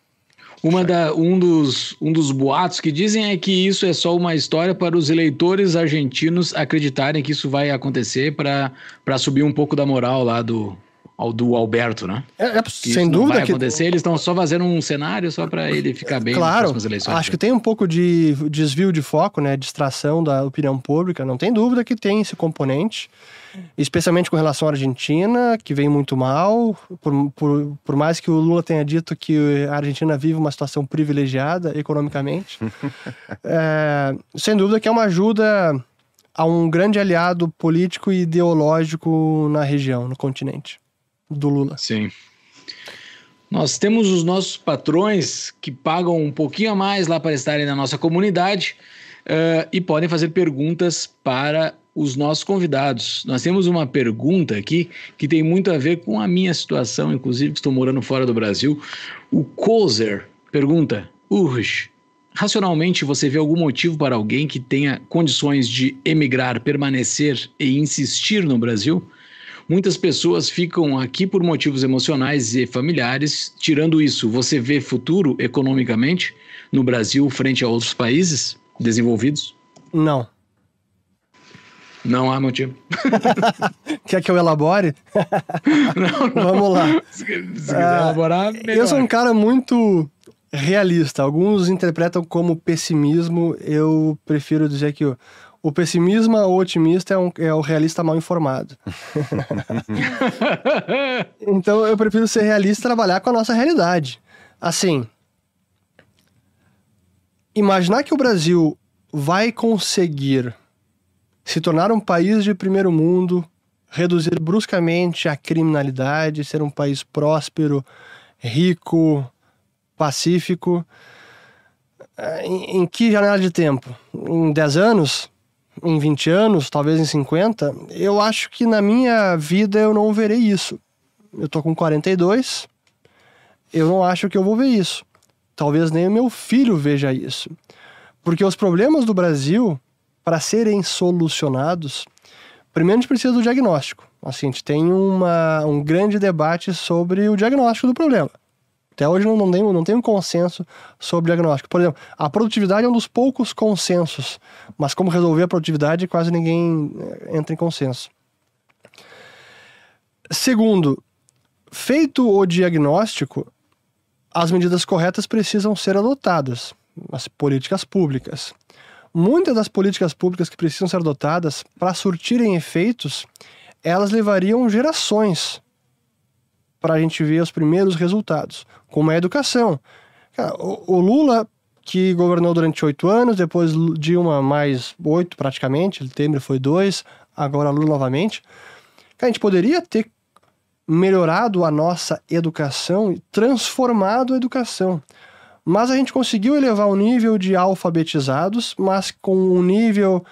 Uma da, um, dos, um dos boatos que dizem é que isso é só uma história para os eleitores argentinos acreditarem que isso vai acontecer para subir um pouco da moral lá do, do Alberto, né? É, é sem dúvida vai acontecer, que... eles estão só fazendo um cenário só para ele ficar bem claro, nas próximas eleições. Acho que tem um pouco de desvio de foco, né? Distração da opinião pública, não tem dúvida que tem esse componente. Especialmente com relação à Argentina, que vem muito mal, por, por, por mais que o Lula tenha dito que a Argentina vive uma situação privilegiada economicamente. é, sem dúvida que é uma ajuda a um grande aliado político e ideológico na região, no continente, do Lula. Sim. Nós temos os nossos patrões que pagam um pouquinho a mais lá para estarem na nossa comunidade uh, e podem fazer perguntas para os nossos convidados. Nós temos uma pergunta aqui que tem muito a ver com a minha situação, inclusive que estou morando fora do Brasil. O Kozer pergunta: Urge, racionalmente você vê algum motivo para alguém que tenha condições de emigrar, permanecer e insistir no Brasil? Muitas pessoas ficam aqui por motivos emocionais e familiares. Tirando isso, você vê futuro economicamente no Brasil frente a outros países desenvolvidos? Não. Não há motivo. Quer que eu elabore? Não, não. Vamos lá. Se quiser ah, elaborar, melhor. Eu sou um cara muito realista. Alguns interpretam como pessimismo. Eu prefiro dizer que o, o pessimismo ou otimista é, um, é o realista mal informado. Então eu prefiro ser realista e trabalhar com a nossa realidade. Assim, imaginar que o Brasil vai conseguir se tornar um país de primeiro mundo, reduzir bruscamente a criminalidade, ser um país próspero, rico, pacífico. Em, em que janela de tempo? Em dez anos? Em vinte anos? Talvez em cinquenta? Eu acho que na minha vida eu não verei isso. Eu tô com quarenta e dois, eu não acho que eu vou ver isso. Talvez nem o meu filho veja isso. Porque os problemas do Brasil, para serem solucionados, primeiro a gente precisa do diagnóstico. Assim, a gente tem uma, um grande debate sobre o diagnóstico do problema. Até hoje não, não, tem, não tem um consenso sobre o diagnóstico. Por exemplo, a produtividade é um dos poucos consensos, mas como resolver a produtividade, quase ninguém entra em consenso. Segundo, feito o diagnóstico, as medidas corretas precisam ser adotadas, as políticas públicas. Muitas das políticas públicas que precisam ser adotadas para surtirem efeitos elas levariam gerações para a gente ver os primeiros resultados, como é a educação. Cara, o, o Lula, que governou durante oito anos, depois Dilma mais oito praticamente, Temer foi dois, agora Lula novamente. Cara, a gente poderia ter melhorado a nossa educação, transformado a educação. Mas a gente conseguiu elevar o nível de alfabetizados, mas com um nível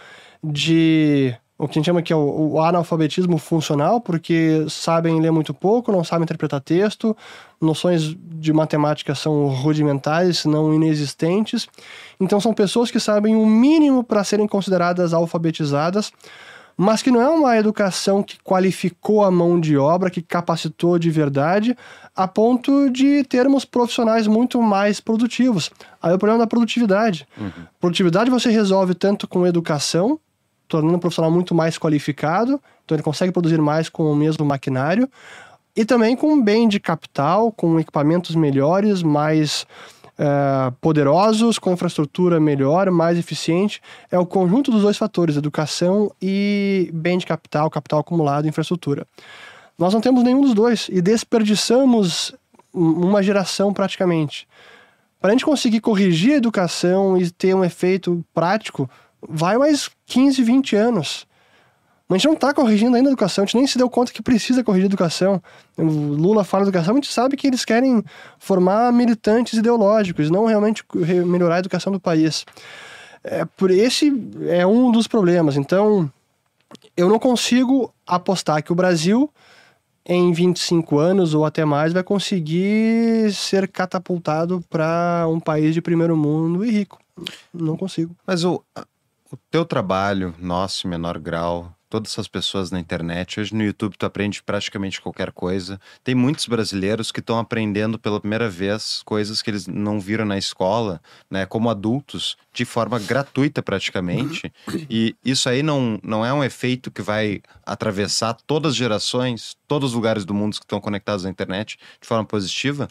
de o que a gente chama que é o, o analfabetismo funcional, porque sabem ler muito pouco, não sabem interpretar texto, noções de matemática são rudimentares, se não inexistentes. Então são pessoas que sabem o mínimo para serem consideradas alfabetizadas, mas que não é uma educação que qualificou a mão de obra, que capacitou de verdade, a ponto de termos profissionais muito mais produtivos. Aí é o problema da produtividade. Uhum. Produtividade você resolve tanto com educação, tornando um profissional muito mais qualificado, então ele consegue produzir mais com o mesmo maquinário, e também com um bem de capital, com equipamentos melhores, mais uh, poderosos, com infraestrutura melhor, mais eficiente. É o conjunto dos dois fatores, educação e bem de capital, capital acumulado e infraestrutura. Nós não temos nenhum dos dois e desperdiçamos uma geração praticamente. Para a gente conseguir corrigir a educação e ter um efeito prático, vai mais quinze, vinte anos. Mas a gente não está corrigindo ainda a educação, a gente nem se deu conta que precisa corrigir a educação. O Lula fala de educação, a gente sabe que eles querem formar militantes ideológicos, não realmente melhorar a educação do país. É, por esse é um dos problemas. Então, eu não consigo apostar que o Brasil, em vinte e cinco anos ou até mais, vai conseguir ser catapultado para um país de primeiro mundo e rico. Não consigo. Mas o... O teu trabalho, nosso, em menor grau, todas essas pessoas na internet, hoje no YouTube tu aprende praticamente qualquer coisa. Tem muitos brasileiros que estão aprendendo pela primeira vez coisas que eles não viram na escola, né, como adultos, de forma gratuita praticamente. E isso aí não, não é um efeito que vai atravessar todas as gerações, todos os lugares do mundo que estão conectados à internet de forma positiva?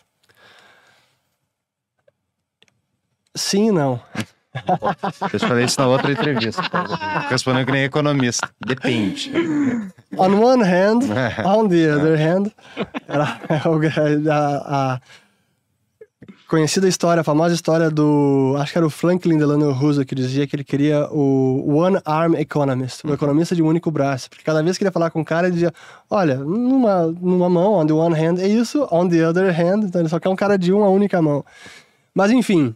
Sim e não. Eu falei isso na outra entrevista. Respondendo que nem economista. Depende. On one hand, on the other hand, a, a conhecida história, a famosa história do, acho que era o Franklin Delano Roosevelt, que dizia que ele queria o One Arm Economist, o economista de um único braço, porque cada vez que ele ia falar com um cara, ele dizia, olha, numa, numa mão, on the one hand é isso, on the other hand, então ele só quer um cara de uma única mão. Mas enfim,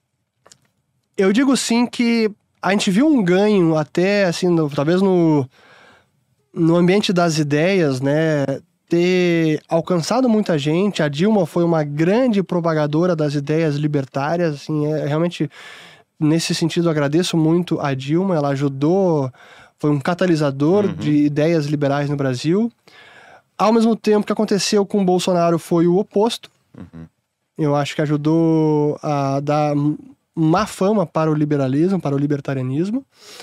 eu digo sim que a gente viu um ganho até, assim, no, talvez no, no ambiente das ideias, né, ter alcançado muita gente. A Dilma foi uma grande propagadora das ideias libertárias, assim, é, realmente, nesse sentido, eu agradeço muito a Dilma, ela ajudou, foi um catalisador uhum. de ideias liberais no Brasil. Ao mesmo tempo que aconteceu com o Bolsonaro foi o oposto. Uhum. Eu acho que ajudou a dar má fama para o liberalismo, para o libertarianismo.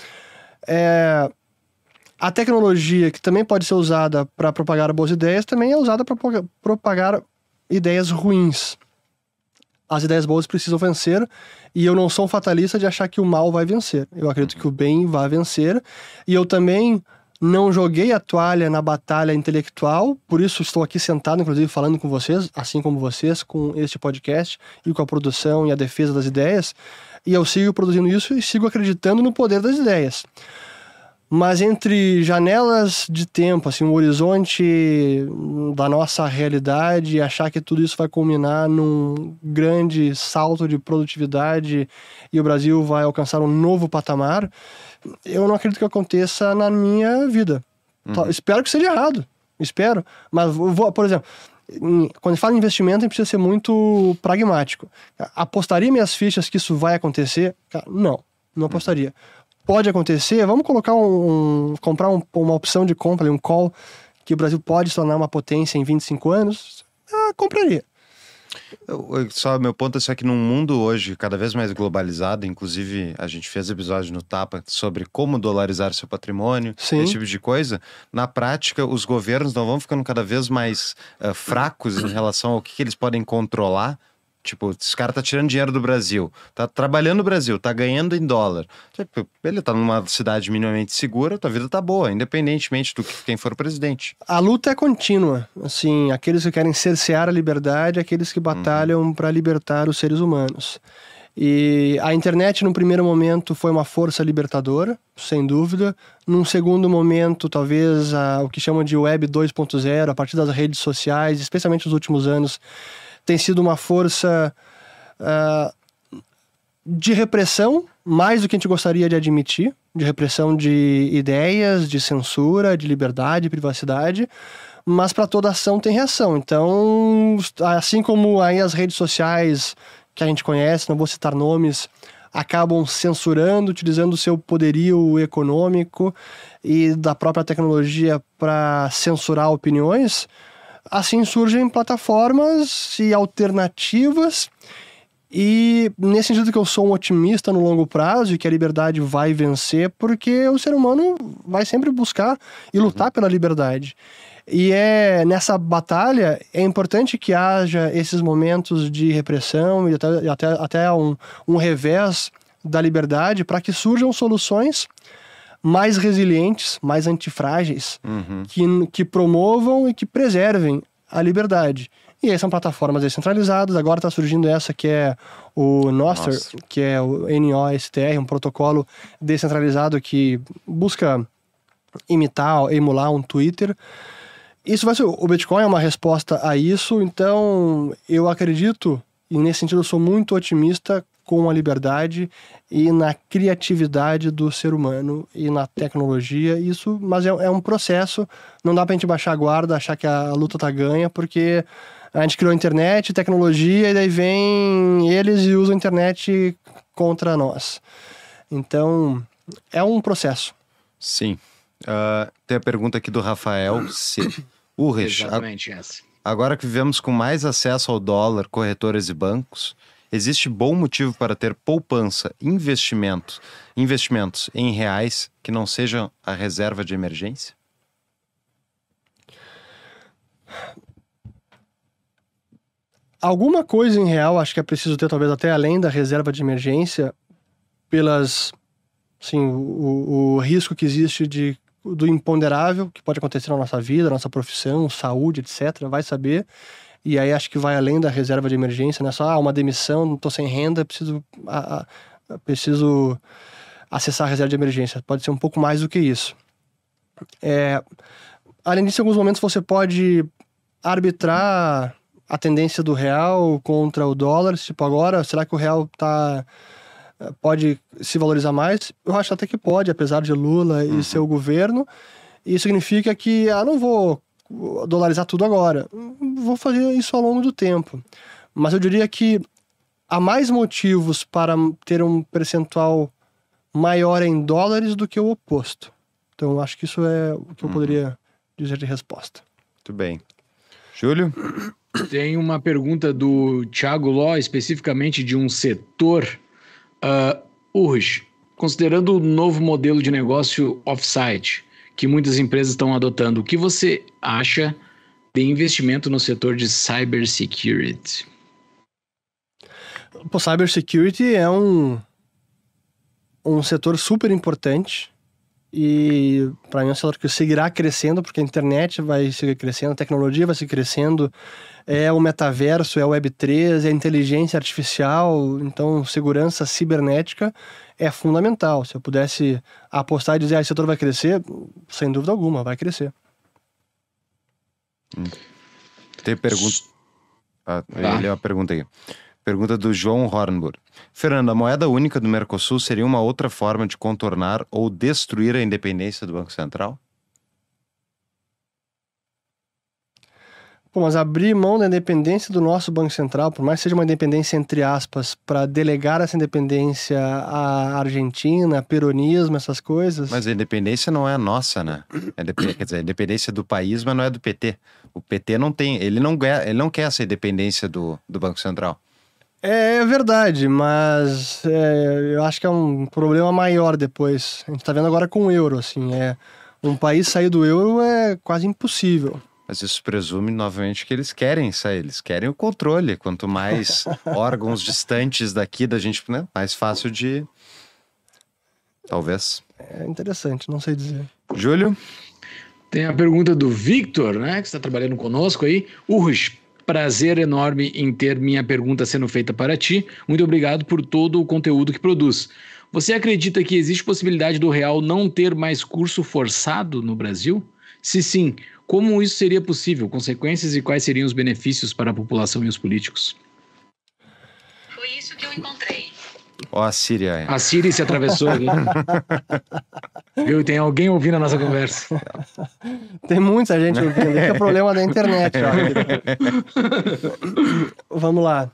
É, a tecnologia, que também pode ser usada para propagar boas ideias, também é usada para propagar ideias ruins. As ideias boas precisam vencer, e eu não sou um fatalista de achar que o mal vai vencer. Eu acredito que o bem vai vencer, e eu também não joguei a toalha na batalha intelectual, por isso estou aqui sentado, inclusive, falando com vocês, assim como vocês, com este podcast e com a produção e a defesa das ideias, e eu sigo produzindo isso e sigo acreditando no poder das ideias. Mas entre janelas de tempo, assim, um horizonte da nossa realidade, achar que tudo isso vai culminar num grande salto de produtividade e o Brasil vai alcançar um novo patamar, eu não acredito que aconteça na minha vida. Uhum. Espero que seja errado. Espero. Mas, vou, por exemplo, quando fala em investimento, a gente precisa ser muito pragmático. Apostaria minhas fichas que isso vai acontecer? Não, não apostaria. Pode acontecer, vamos colocar um... um comprar um, uma opção de compra, um call, que o Brasil pode se tornar uma potência em vinte e cinco anos? Ah, compraria. Eu, só meu ponto é só que num mundo hoje cada vez mais globalizado, inclusive a gente fez episódio no Tapa sobre como dolarizar seu patrimônio, Sim. esse tipo de coisa. Na prática, os governos não vão ficando cada vez mais uh, fracos em relação ao que, que eles podem controlar Tipo, esse cara tá tirando dinheiro do Brasil, tá trabalhando no Brasil, tá ganhando em dólar. Tipo, ele tá numa cidade minimamente segura, tua vida tá boa, independentemente do que quem for o presidente. A luta é contínua. Assim, aqueles que querem cercear a liberdade, aqueles que batalham uhum. para libertar os seres humanos. E a internet, no primeiro momento, foi uma força libertadora, sem dúvida. Num segundo momento, talvez a, o que chamam de Web dois ponto zero, a partir das redes sociais, especialmente nos últimos anos, tem sido uma força uh, de repressão, mais do que a gente gostaria de admitir, de repressão de ideias, de censura, de liberdade, de privacidade, mas para toda ação tem reação. Então, assim como aí as redes sociais que a gente conhece, não vou citar nomes, acabam censurando, utilizando o seu poderio econômico e da própria tecnologia para censurar opiniões, assim surgem plataformas e alternativas. E nesse sentido que eu sou um otimista no longo prazo e que a liberdade vai vencer, porque o ser humano vai sempre buscar e lutar pela liberdade. E é nessa batalha, é importante que haja esses momentos de repressão e até, até, até um, um revés da liberdade para que surjam soluções mais resilientes, mais antifrágeis, uhum. que, que promovam e que preservem a liberdade. E aí são plataformas descentralizadas, agora está surgindo essa que é o Nostr, Nossa. que é o N O S T R, um protocolo descentralizado que busca imitar, emular um Twitter. Isso vai ser, o Bitcoin é uma resposta a isso, então eu acredito, e nesse sentido eu sou muito otimista com a liberdade e na criatividade do ser humano e na tecnologia, isso, mas é, é um processo, não dá pra gente baixar a guarda, achar que a luta tá ganha, porque a gente criou a internet, tecnologia, e daí vem eles e usam a internet contra nós. Então, é um processo. Sim. Uh, tem a pergunta aqui do Rafael C. Urrich, exatamente essa. Agora que vivemos com mais acesso ao dólar, corretoras e bancos, existe bom motivo para ter poupança, investimento, investimentos em reais que não sejam a reserva de emergência? Alguma coisa em real acho que é preciso ter, talvez até além da reserva de emergência, pelas, assim, o, o risco que existe de do imponderável que pode acontecer na nossa vida, na nossa profissão, saúde, etcétera. Vai saber. E aí acho que vai além da reserva de emergência, não é só ah, uma demissão, não tô sem renda, preciso, ah, ah, preciso acessar a reserva de emergência. Pode ser um pouco mais do que isso. É, além disso, em alguns momentos você pode arbitrar a tendência do real contra o dólar. Tipo, agora, será que o real tá... pode se valorizar mais? Eu acho até que pode, apesar de Lula e uhum. seu governo. Isso significa que, ah, não vou dolarizar tudo agora. Vou fazer isso ao longo do tempo. Mas eu diria que há mais motivos para ter um percentual maior em dólares do que o oposto. Então, acho que isso é o que eu uhum. poderia dizer de resposta. Muito bem. Júlio? Tem uma pergunta do Thiago Ló, especificamente de um setor... Uh, Urrich, considerando o novo modelo de negócio off-site que muitas empresas estão adotando, o que você acha de investimento no setor de cybersecurity? Pô, cybersecurity é um, um setor super importante e para mim é um setor que seguirá crescendo, porque a internet vai seguir crescendo, a tecnologia vai seguir crescendo, é o metaverso, é o web três, é a inteligência artificial, então segurança cibernética é fundamental. Se eu pudesse apostar e dizer, ah, esse setor vai crescer, sem dúvida alguma, vai crescer. Hum. Tem pergunta... Ah, tá. Ele é uma pergunta aí. Pergunta do João Hornburg. Fernando, a moeda única do Mercosul seria uma outra forma de contornar ou destruir a independência do Banco Central? Pô, mas abrir mão da independência do nosso Banco Central, por mais que seja uma independência entre aspas, para delegar essa independência à Argentina, peronismo, essas coisas... Mas a independência não é a nossa, né? É, quer dizer, a independência do país, mas não é do P T. O P T não tem... Ele não, ele não quer essa independência do, do Banco Central. É verdade, mas é, eu acho que é um problema maior depois. A gente tá vendo agora com o euro, assim, é... Um país sair do euro é quase impossível. Mas isso presume, novamente, que eles querem sair, eles querem o controle. Quanto mais órgãos distantes daqui da gente, né, mais fácil de... Talvez. É interessante, não sei dizer. Júlio? Tem a pergunta do Victor, né, que está trabalhando conosco aí. Urros, prazer enorme em ter minha pergunta sendo feita para ti. Muito obrigado por todo o conteúdo que produz. Você acredita que existe possibilidade do real não ter mais curso forçado no Brasil? Se sim, como isso seria possível? Consequências e quais seriam os benefícios para a população e os políticos? Foi isso que eu encontrei. Ó, a Síria. A Siri se atravessou aqui. Viu? Tem alguém ouvindo a nossa conversa. Tem muita gente ouvindo. Esse é o problema da internet. Ó. Vamos lá.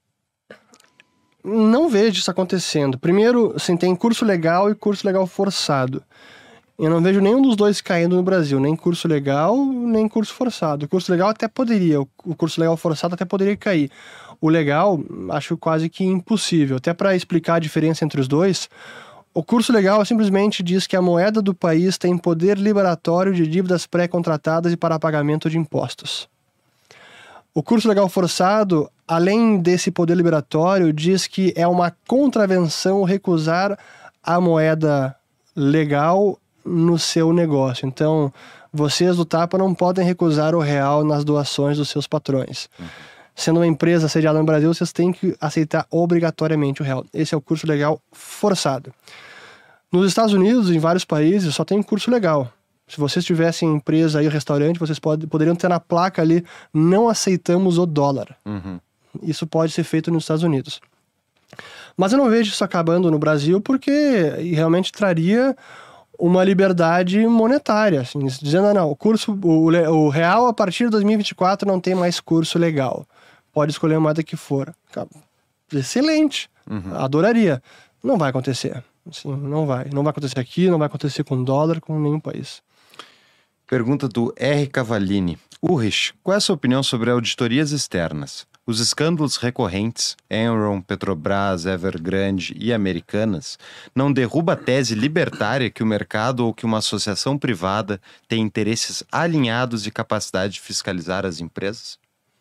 Não vejo isso acontecendo. Primeiro, assim, tem curso legal e curso legal forçado. Eu não vejo nenhum dos dois caindo no Brasil, nem curso legal, nem curso forçado. O curso legal até poderia, o curso legal forçado até poderia cair. O legal, acho quase que impossível. Até para explicar a diferença entre os dois, o curso legal simplesmente diz que a moeda do país tem poder liberatório de dívidas pré-contratadas e para pagamento de impostos. O curso legal forçado, além desse poder liberatório, diz que é uma contravenção recusar a moeda legal no seu negócio. Então, vocês do Tapa não podem recusar o real nas doações dos seus patrões. Uhum. Sendo uma empresa sediada no Brasil, vocês têm que aceitar obrigatoriamente o real. Esse é o curso legal forçado. Nos Estados Unidos, em vários países, só tem curso legal. Se vocês tivessem empresa aí, restaurante, vocês pode, poderiam ter na placa ali, não aceitamos o dólar. Uhum. Isso pode ser feito nos Estados Unidos. Mas eu não vejo isso acabando no Brasil, porque realmente traria uma liberdade monetária, assim, dizendo, ah, não, o curso, o, o real a partir de dois mil e vinte e quatro não tem mais curso legal. Pode escolher a moeda que for. Excelente. Uhum. Adoraria. Não vai acontecer. Assim, não vai. Não vai acontecer aqui, não vai acontecer com dólar, com nenhum país. Pergunta do R. Cavallini. Urrich, qual é a sua opinião sobre auditorias externas? Os escândalos recorrentes, Enron, Petrobras, Evergrande e Americanas, não derruba a tese libertária que o mercado ou que uma associação privada tem interesses alinhados e capacidade de fiscalizar as empresas?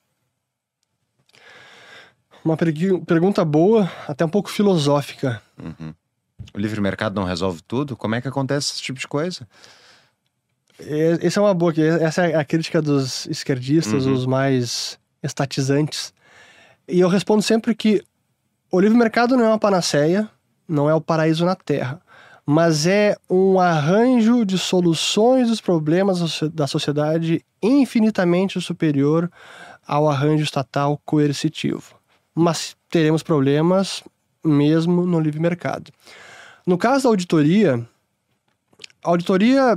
Uma pergunta boa, até um pouco filosófica. Uhum. O livre mercado não resolve tudo? Como é que acontece esse tipo de coisa? Essa é uma boa, essa é a crítica dos esquerdistas, uhum. os mais estatizantes. E eu respondo sempre que o livre mercado não é uma panaceia, não é o paraíso na Terra, mas é um arranjo de soluções dos problemas da sociedade infinitamente superior ao arranjo estatal coercitivo. Mas teremos problemas mesmo no livre mercado. No caso da auditoria, a auditoria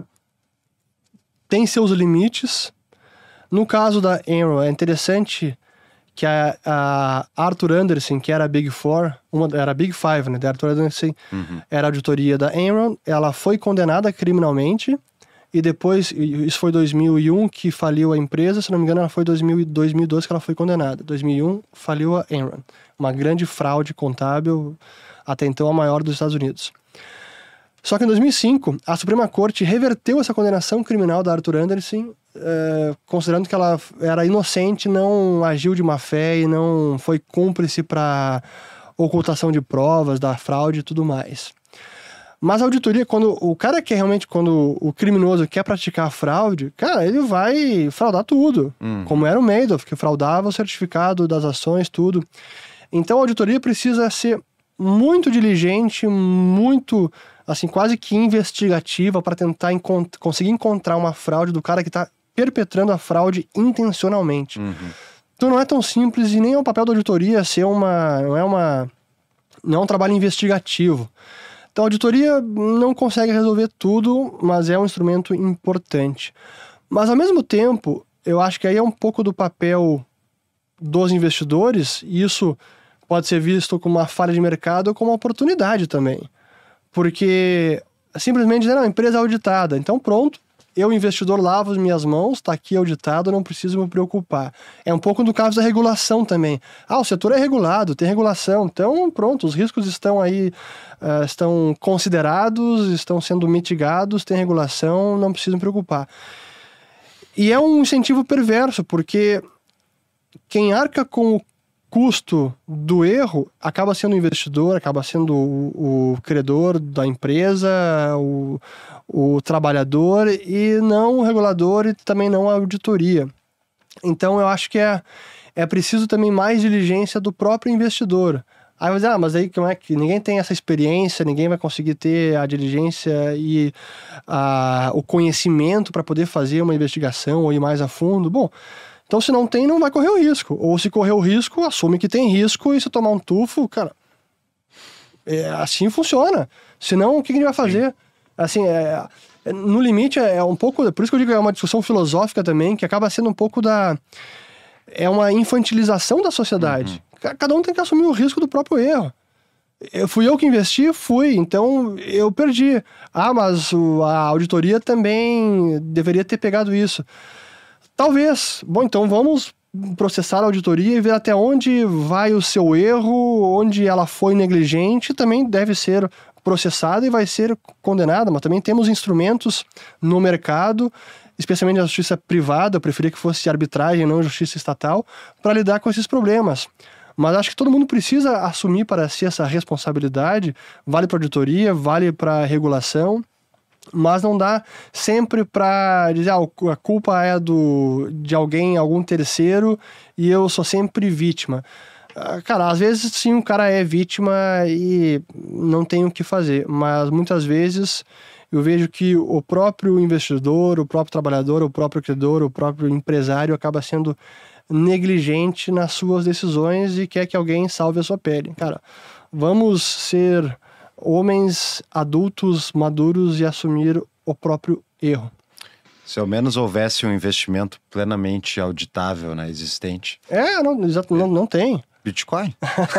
tem seus limites. No caso da Enron, é interessante que a, a Arthur Andersen, que era a Big Four, uma, era a Big Five, né? Da Arthur Andersen, uhum. era a auditoria da Enron, ela foi condenada criminalmente, e depois, isso foi dois mil e um que faliu a empresa, se não me engano, ela foi dois mil e dois mil e dois que ela foi condenada. dois mil e um faliu a Enron, uma grande fraude contábil, até então a maior dos Estados Unidos. Só que em dois mil e cinco, a Suprema Corte reverteu essa condenação criminal da Arthur Andersen, eh, considerando que ela era inocente, não agiu de má fé e não foi cúmplice para ocultação de provas, da fraude e tudo mais. Mas a auditoria, quando o cara quer realmente, quando o criminoso quer praticar fraude, cara, ele vai fraudar tudo. Hum. Como era o Madoff, que fraudava o certificado das ações, tudo. Então a auditoria precisa ser muito diligente, muito, assim, quase que investigativa para tentar encont- conseguir encontrar uma fraude do cara que está perpetrando a fraude intencionalmente. Uhum. Então não é tão simples e nem é o papel da auditoria ser uma... Não é uma... Não é um trabalho investigativo. Então a auditoria não consegue resolver tudo, mas é um instrumento importante. Mas ao mesmo tempo, eu acho que aí é um pouco do papel dos investidores, e isso pode ser visto como uma falha de mercado ou como uma oportunidade também. Porque simplesmente dizer, não, a empresa é auditada, então pronto, eu, investidor, lavo as minhas mãos, está aqui auditado, não preciso me preocupar. É um pouco do caso da regulação também. Ah, o setor é regulado, tem regulação, então pronto, os riscos estão aí, uh, estão considerados, estão sendo mitigados, tem regulação, não preciso me preocupar. E é um incentivo perverso, porque quem arca com o custo do erro acaba sendo o investidor, acaba sendo o, o credor da empresa, o, o trabalhador, e não o regulador e também não a auditoria. Então eu acho que é, é preciso também mais diligência do próprio investidor. Aí vai dizer, ah, mas aí como é que ninguém tem essa experiência, ninguém vai conseguir ter a diligência e a, o conhecimento para poder fazer uma investigação ou ir mais a fundo. Bom, então se não tem, não vai correr o risco. Ou se correr o risco, assume que tem risco e se tomar um tufo, cara, é, assim funciona. Senão, o que a gente vai fazer? Assim, é, é, no limite é um pouco, por isso que eu digo que é uma discussão filosófica também, que acaba sendo um pouco da... É uma infantilização da sociedade. Uhum. Cada um tem que assumir o risco do próprio erro. Eu, fui eu que investi? Fui. Então, eu perdi. Ah, mas o, a auditoria também deveria ter pegado isso. Talvez. Bom, então vamos processar a auditoria e ver até onde vai o seu erro, onde ela foi negligente, também deve ser processada e vai ser condenada. Mas também temos instrumentos no mercado, especialmente a justiça privada, eu preferia que fosse arbitragem, não justiça estatal, para lidar com esses problemas. Mas acho que todo mundo precisa assumir para si essa responsabilidade, vale para auditoria, vale para regulação, mas não dá sempre para dizer, ah, a culpa é do, de alguém, algum terceiro, e eu sou sempre vítima. Cara, às vezes sim, o cara é vítima e não tem o que fazer, mas muitas vezes eu vejo que o próprio investidor, o próprio trabalhador, o próprio credor, o próprio empresário acaba sendo negligente nas suas decisões e quer que alguém salve a sua pele. Cara, vamos ser homens adultos, maduros e assumir o próprio erro. Se ao menos houvesse um investimento plenamente auditável, né, existente. É, não, exato, não, não tem. Bitcoin?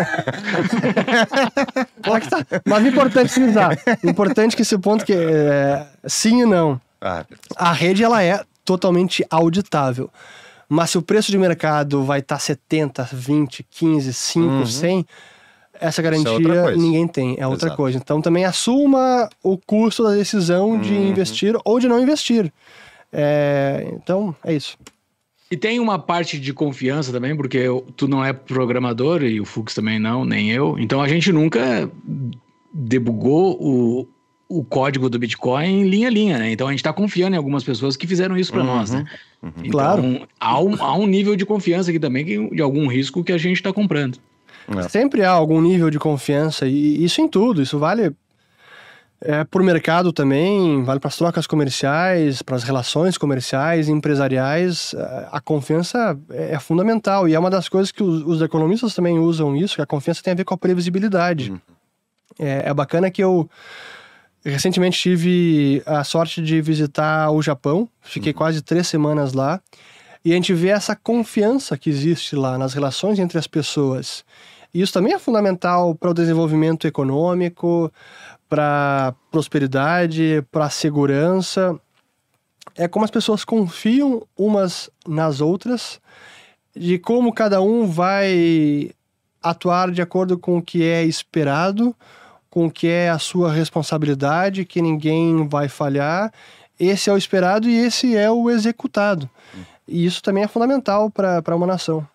Mas o importante frisar, o importante que esse ponto que é sim e não. Ah, a rede ela é totalmente auditável. Mas se o preço de mercado vai estar setenta, vinte, quinze, cinco, uhum. cem, essa garantia é ninguém tem, é outra Exato. Coisa. Então também assuma o custo da decisão uhum. de investir ou de não investir. É, então, é isso. E tem uma parte de confiança também, porque eu, tu não é programador e o Fux também não, nem eu. Então a gente nunca debugou o, o código do Bitcoin linha a linha, né? Então a gente está confiando em algumas pessoas que fizeram isso para uhum. nós, né? Uhum. Então claro. há um, há um nível de confiança aqui também de algum risco que a gente está comprando. É. Sempre há algum nível de confiança, e isso em tudo, isso vale é, por mercado também, vale para as trocas comerciais, para as relações comerciais, empresariais. A confiança é fundamental, e é uma das coisas que os, os economistas também usam isso, que a confiança tem a ver com a previsibilidade. Uhum. É, é bacana que eu recentemente tive a sorte de visitar o Japão, fiquei uhum. quase três semanas lá, e a gente vê essa confiança que existe lá nas relações entre as pessoas. E isso também é fundamental para o desenvolvimento econômico, para prosperidade, para segurança. É como as pessoas confiam umas nas outras, de como cada um vai atuar de acordo com o que é esperado, com o que é a sua responsabilidade, que ninguém vai falhar. Esse é o esperado e esse é o executado. E isso também é fundamental para uma nação.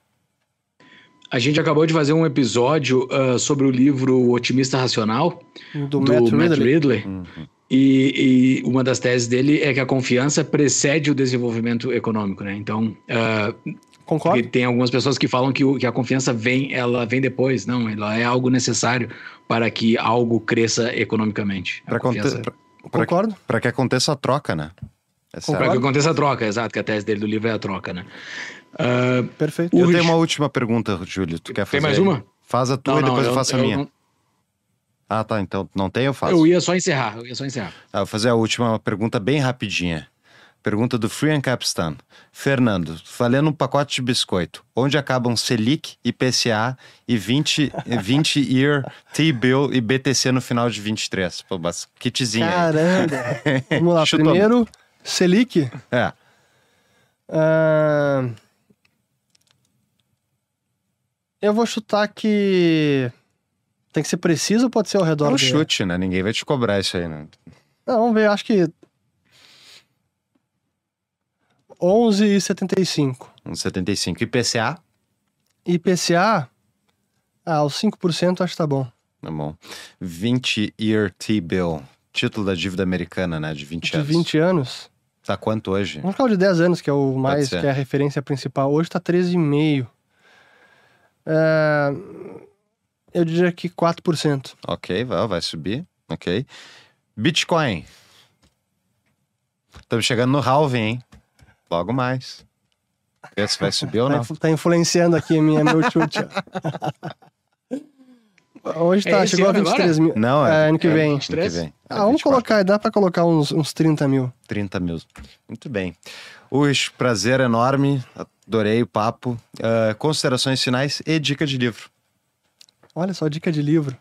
A gente acabou de fazer um episódio uh, sobre o livro O Otimista Racional, do, do Matt, Matt Ridley. Ridley. Uhum. E, e uma das teses dele é que a confiança precede o desenvolvimento econômico, né? Então, uh, concordo. Tem algumas pessoas que falam que, o, que a confiança vem, ela vem depois. Não, ela é algo necessário para que algo cresça economicamente. Pra confiança... conte... pra, Concordo. Para que aconteça a troca, né? Para que aconteça a troca, exato, que a tese dele do livro é a troca, né? Uh, Perfeito. Eu tenho uma última pergunta, Júlio. Tu quer fazer? Tem mais uma? Faz a tua não, e depois não, eu, eu faço a minha. Não... Ah, tá. Então não tem, eu faço. Eu ia só encerrar. Eu ia só encerrar. Ah, vou fazer a última pergunta bem rapidinha. Pergunta do Free and Capstan. Fernando, valendo um pacote de biscoito, onde acabam Selic, I P C A e vinte, vinte year T-Bill e B T C no final de vinte e três? Pô, mas kitzinho aí. Caramba! Vamos lá. Primeiro, Selic. É. Uh... Eu vou chutar que tem que ser preciso ou pode ser ao redor É um dele? chute, né? Ninguém vai te cobrar isso aí, né? Não, vamos ver, acho que onze vírgula setenta e cinco. um vírgula setenta e cinco. I P C A? I P C A, ah, os cinco por cento acho que tá bom. Tá bom. vinte-year T-bill. Título da dívida americana, né? De vinte De anos. vinte anos. Tá quanto hoje? Vamos falar de dez anos, que é o mais, ser. que é a referência principal. Hoje tá treze vírgula cinco. É, eu diria que quatro por cento. Ok, vai, vai subir. Ok. Bitcoin. Estamos chegando no halving, hein? Logo mais. Vê se vai subir ou Tá, não. influ- tá influenciando aqui a minha, meu chute. Hoje É tá, esse chegou a ano vinte e três mil. Não, é, é- ano que é vem. vinte e três? Ano que vem. Ah, É vamos vinte e quatro. colocar, dá pra colocar uns, uns trinta mil. trinta mil. Muito bem. Ux, prazer enorme. Adorei o papo. Ah, considerações finais e dica de livro. Olha só, dica de livro.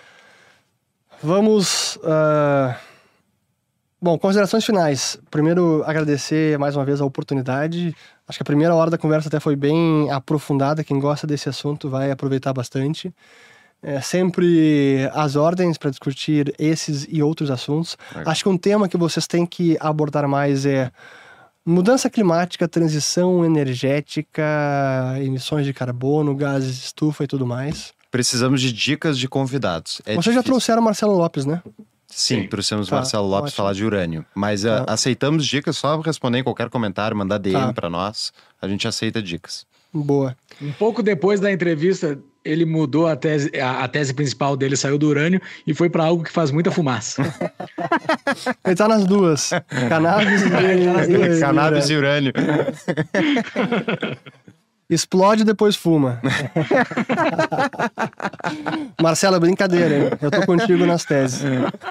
Vamos. ah, Bom, considerações finais. Primeiro, agradecer mais uma vez a oportunidade. Acho que a primeira hora da conversa até foi bem aprofundada. Quem gosta desse assunto vai aproveitar bastante. É sempre às ordens para discutir esses e outros assuntos. Legal. Acho que um tema que vocês têm que abordar mais é mudança climática, transição energética, emissões de carbono, gases de estufa e tudo mais. Precisamos de dicas de convidados. É Vocês já difícil. trouxeram o Marcelo Lopes, né? Sim, Sim. trouxemos o Tá, Marcelo Lopes ótimo. falar de urânio. Mas ah, Tá. aceitamos dicas, só responder em qualquer comentário, mandar D M Tá. pra nós. A gente aceita dicas. Boa. Um pouco depois da entrevista, ele mudou a tese, a, a tese principal dele, saiu do urânio e foi para algo que faz muita fumaça. Ele tá nas duas. Cannabis e, e, Cannabis e urânio. Explode e depois fuma. Marcelo, é brincadeira, hein? Eu tô contigo nas teses.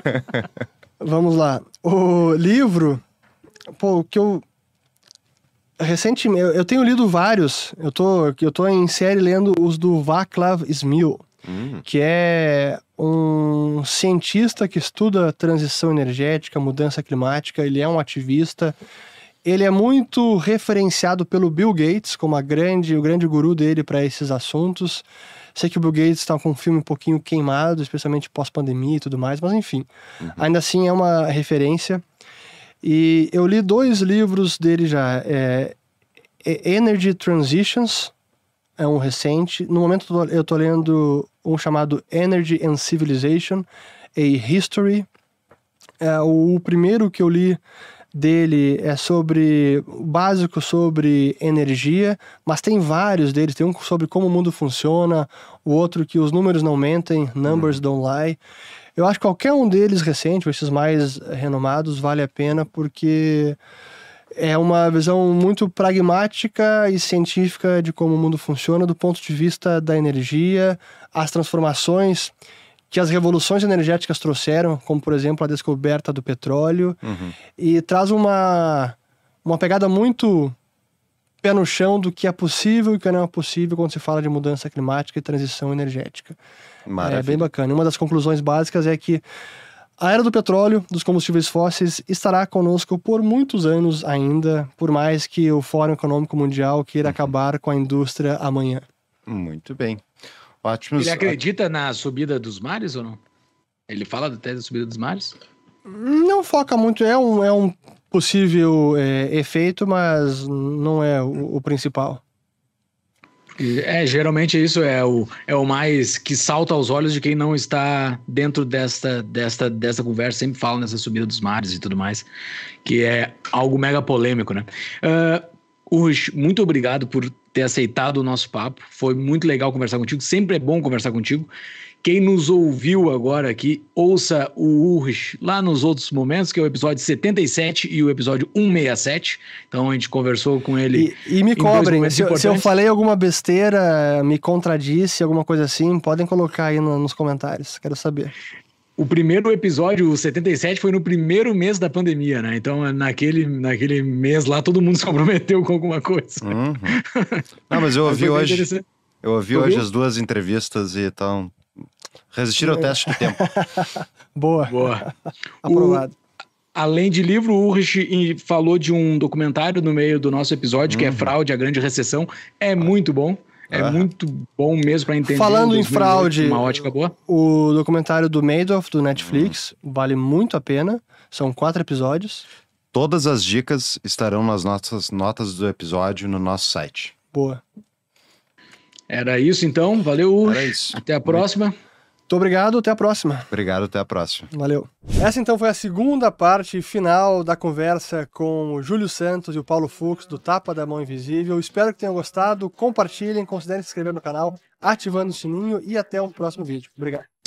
Vamos lá. O livro, pô, o que eu recentemente, eu, eu tenho lido vários. Eu tô, eu tô em série lendo os do Václav Smil, Hum, que é um cientista que estuda transição energética, mudança climática. Ele é um ativista. Ele é muito referenciado pelo Bill Gates como a grande, o grande guru dele para esses assuntos. Sei que o Bill Gates está com um filme um pouquinho queimado, especialmente pós-pandemia e tudo mais, mas enfim, ainda assim é uma referência. E eu li dois livros dele já. É, é Energy Transitions, é um recente. No momento eu tô, eu tô lendo um chamado Energy and Civilization, a History. É, o, o primeiro que eu li dele é sobre o básico sobre energia, mas tem vários deles. Tem um sobre como o mundo funciona, o outro que os números não mentem, Numbers Don't Lie. Eu acho que qualquer um deles recente, ou esses mais renomados, vale a pena porque é uma visão muito pragmática e científica de como o mundo funciona do ponto de vista da energia, as transformações que as revoluções energéticas trouxeram, como, por exemplo, a descoberta do petróleo, uhum. e traz uma, uma pegada muito pé no chão do que é possível e o que não é possível quando se fala de mudança climática e transição energética. Maravilha. É bem bacana. Uma das conclusões básicas é que a era do petróleo, dos combustíveis fósseis, estará conosco por muitos anos ainda, por mais que o Fórum Econômico Mundial queira acabar com a indústria amanhã. Muito bem. Ótimos. Ele acredita na subida dos mares ou não? Ele fala da tese da subida dos mares? Não foca muito, é um, é um possível é, efeito, mas não é o, o principal. É, geralmente isso é o, é o mais que salta aos olhos de quem não está dentro desta, desta, desta conversa. Sempre fala nessa subida dos mares e tudo mais, que é algo mega polêmico, né? Uh, Ursh, muito obrigado por ter aceitado o nosso papo. Foi muito legal conversar contigo. Sempre é bom conversar contigo. Quem nos ouviu agora aqui, ouça o Ursh lá nos outros momentos, que é o episódio setenta e sete e o episódio cento e sessenta e sete. Então a gente conversou com ele. E, e me em dois cobrem, momentos se, eu- se eu importantes. falei alguma besteira, me contradisse, alguma coisa assim, podem colocar aí no- nos comentários, quero saber. O primeiro episódio, o setenta e sete, foi no primeiro mês da pandemia, né? Então, naquele, naquele mês lá, todo mundo se comprometeu com alguma coisa. Uhum. Não, mas eu ouvi Foi bem hoje. interessante. Eu ouvi Tu hoje ouviu? as duas entrevistas e então resistiram ao teste do tempo. Boa, Boa. aprovado. Além de livro, o Ursh e- falou de um documentário no meio do nosso episódio, que é Fraude, a Grande Recessão. É muito bom. É Ah. muito bom mesmo para entender. Falando em dois mil e oito, fraude, Uma ótica boa. O documentário do Madoff, do Netflix, vale muito a pena. São quatro episódios. Todas as dicas estarão nas nossas notas do episódio no nosso site. Boa. Era isso então, valeu. Era isso. Até a próxima. Muito obrigado, até a próxima. Obrigado, até a próxima. Valeu. Essa então foi a segunda parte final da conversa com o Júlio Santos e o Paulo Fux do Tapa da Mão Invisível. Espero que tenham gostado. Compartilhem, considerem se inscrever no canal, ativando o sininho e até o próximo vídeo. Obrigado.